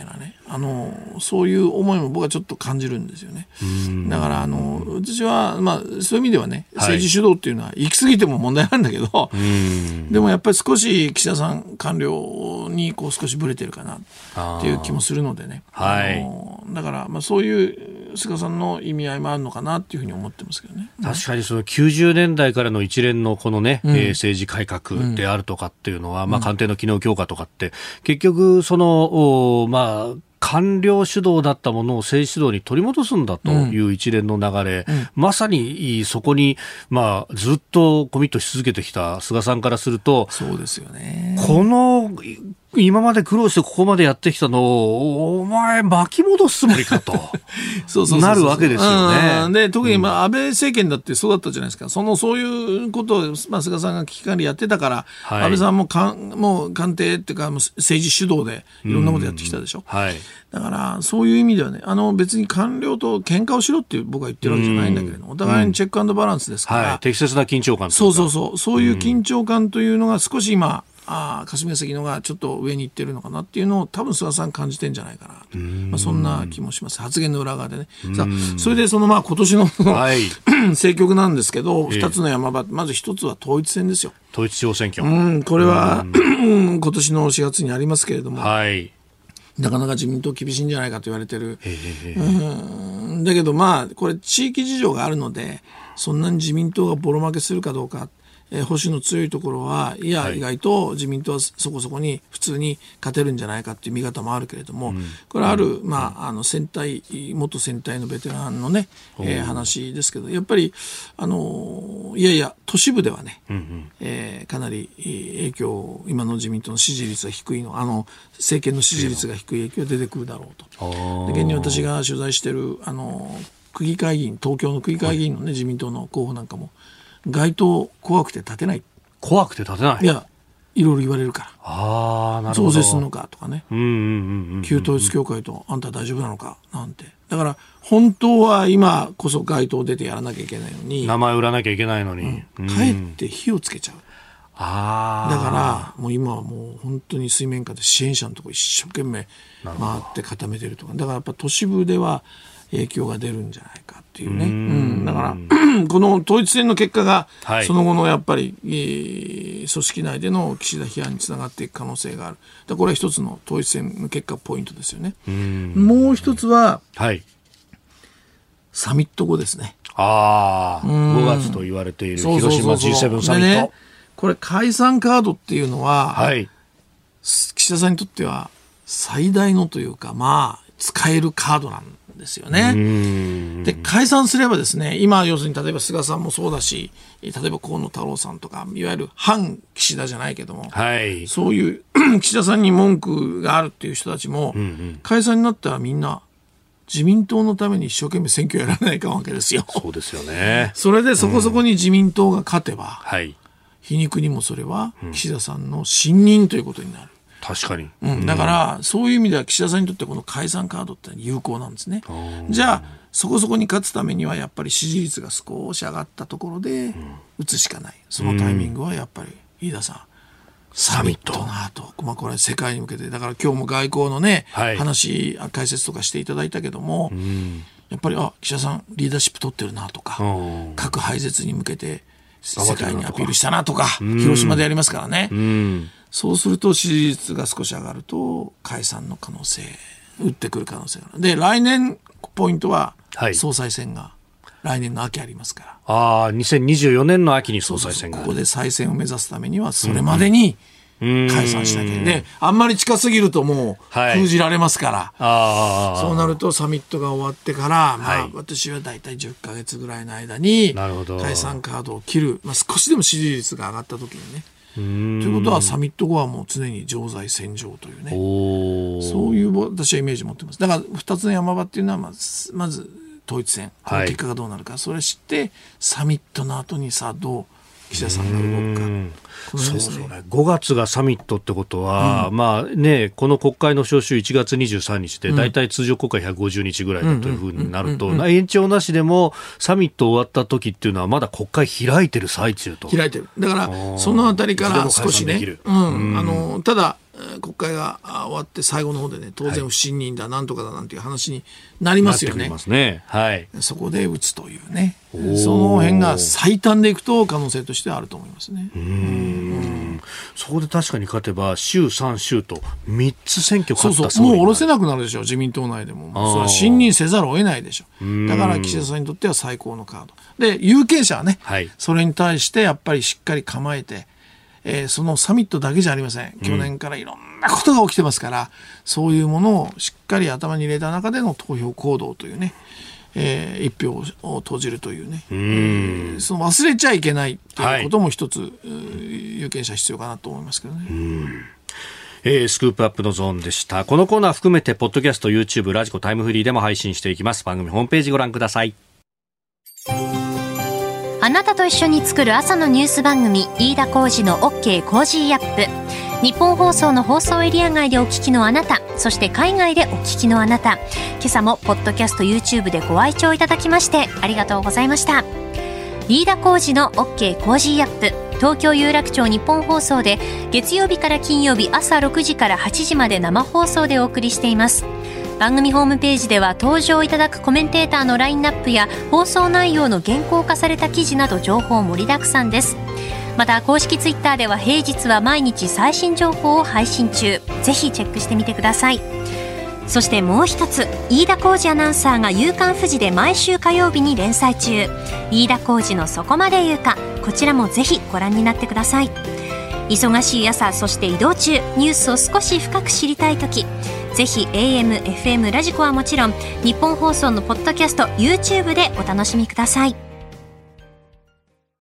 そういう思いも僕はちょっと感じるんですよね。だから私は、そういう意味ではね、政治主導っていうのは行き過ぎても問題なんだけど、でもやっぱり少し岸田さん官僚にこう少しブレてるかなっていう気もするのでね、だからそういう菅さんの意味合いもあるのかなっていうふうに思ってますけどね。 確かにその90年代からの一連のこのね、政治改革であるとかっていうのは、官邸の機能強化とかって結局その官僚主導だったものを政治主導に取り戻すんだという一連の流れ、まさにそこに、ずっとコミットし続けてきた菅さんからすると、 そうですよね。 この今まで苦労してここまでやってきたのをお前巻き戻すつもりかとなるわけですよね。 で特に安倍政権だってそうだったじゃないですか。そういうことを、菅さんが危機管理やってたから、安倍さんも官邸っていうか政治主導でいろんなことやってきたでしょ。だからそういう意味ではね、別に官僚と喧嘩をしろって僕は言ってるわけじゃないんだけれども、お互いにチェック&バランスですから、 適切な緊張感というか、 そういう緊張感というのが少し今霞が関のがちょっと上に行ってるのかなっていうのを多分菅さん感じてんじゃないかなと、そんな気もします。発言の裏側でね。それで今年の政局なんですけど、2つの山場、まず1つは統一選ですよ。 統一地方選挙、 これは今年の4月にありますけれども、なかなか自民党厳しいんじゃないかと言われてる。だけどこれ地域事情があるので、そんなに自民党がボロ負けするかどうか、保守の強いところは意外と自民党はそこそこに普通に勝てるんじゃないかっていう見方もあるけれども、これある、元選対のベテランのね、話ですけど、やっぱり都市部ではね、かなり影響、今の自民党の支持率が低いの、政権の支持率が低い影響が出てくるだろうと。で現に私が取材している区議会議員、東京の区議会議員のね、自民党の候補なんかも街頭怖くて立てない。 怖くて立てない。 いや、いろいろ言われるから。 なるほど。 増税するのかとかね。旧統一教会とあんた大丈夫なのかなんて。だから本当は今こそ街頭出てやらなきゃいけないのに、 名前売らなきゃいけないのに、 かえって火をつけちゃう。だからもう今はもう本当に水面下で支援者のところ一生懸命回って固めてるとか。だからやっぱ都市部では影響が出るんじゃないかっていうね。だからこの統一選の結果がその後のやっぱり、組織内での岸田批判につながっていく可能性がある。だこれは一つの統一選の結果ポイントですよね。もう一つは、サミット後ですね。 5月と言われている広島 G7 サミット。 これ解散カードっていうのは、岸田さんにとっては最大のというか使えるカードなんですよね。で解散すればですね、今要するに例えば菅さんもそうだし、例えば河野太郎さんとかいわゆる反岸田じゃないけども、そういう岸田さんに文句があるっていう人たちも、解散になったらみんな自民党のために一生懸命選挙やらないかんわけですよ。 そうですよね。 それでそこそこに自民党が勝てば、皮肉にもそれは岸田さんの信任ということになる。 確かに。 だからそういう意味では岸田さんにとってこの解散カードって有効なんですね。じゃあそこそこに勝つためにはやっぱり支持率が少し上がったところで打つしかない。そのタイミングはやっぱり飯田さん、サミットの後、これ世界に向けて、だから今日も外交のね、話解説とかしていただいたけども、やっぱり岸田さんリーダーシップ取ってるなとか、核廃絶に向けて世界にアピールしたなとか、広島でやりますからね。そうすると支持率が少し上がると解散の可能性、打ってくる可能性がある。で来年ポイントは総裁選が来年の秋ありますから。 2024年の秋に総裁選がある。 ここで再選を目指すためにはそれまでに解散しなきゃいけない。であんまり近すぎるともう封じられますから、そうなるとサミットが終わってから、私はだいたい10ヶ月ぐらいの間に解散カードを切る、少しでも支持率が上がった時にね。ということはサミット後はもう常に常在戦場というね、そういう私はイメージを持ってます。だから2つの山場っていうのはまず統一戦、この結果がどうなるか、それ知ってサミットの後にどう岸田さんが動くか。 そうですね。5月がサミットってことは、この国会の召集1月23日でだいたい通常国会150日ぐらいだというふうになると、延長なしでもサミット終わった時っていうのはまだ国会開いてる最中と。 開いてる。だからそのあたりから少しね、ただ国会が終わって最後の方でね、当然不信任だ、なんとかだなんていう話になりますよね。 なってきますね。はい。 そこで打つというね、その辺が最短でいくと可能性としてはあると思いますね。 そこで確かに勝てば州3州と3つ選挙勝ったもう下ろせなくなるでしょ、自民党内でも。それは信任せざるを得ないでしょ。だから岸田さんにとっては最高のカードで、有権者はね、はい、それに対してやっぱりしっかり構えて、そのサミットだけじゃありません。去年からいろんなことが起きてますから、そういうものをしっかり頭に入れた中での投票行動というね、一票を投じるというね、その忘れちゃいけないということも一つ、有権者必要かなと思いますけどね。 スクープアップのゾーンでした。このコーナー含めてポッドキャスト、YouTube、ラジコ、タイムフリーでも配信していきます。番組ホームページご覧ください。 あなたと一緒に作る朝のニュース番組、飯田浩司の OK コージーアップ。日本放送の放送エリア外でお聞きのあなた、そして海外でお聞きのあなた、今朝もポッドキャスト YouTube でご愛聴いただきましてありがとうございました。飯田浩司の OK コージーアップ、東京有楽町日本放送で月曜日から金曜日朝6時から8時まで生放送でお送りしています。番組ホームページでは登場いただくコメンテーターのラインナップや放送内容の原稿化された記事など情報盛りだくさんです。また公式ツイッターでは平日は毎日最新情報を配信中、ぜひチェックしてみてください。そしてもう一つ、飯田浩司アナウンサーが夕刊フジで毎週火曜日に連載中、飯田浩司のそこまで言うか、こちらもぜひご覧になってください。忙しい朝、そして移動中、ニュースを少し深く知りたいとき、ぜひ AM、FM、ラジコはもちろん日本放送のポッドキャスト、YouTube でお楽しみください。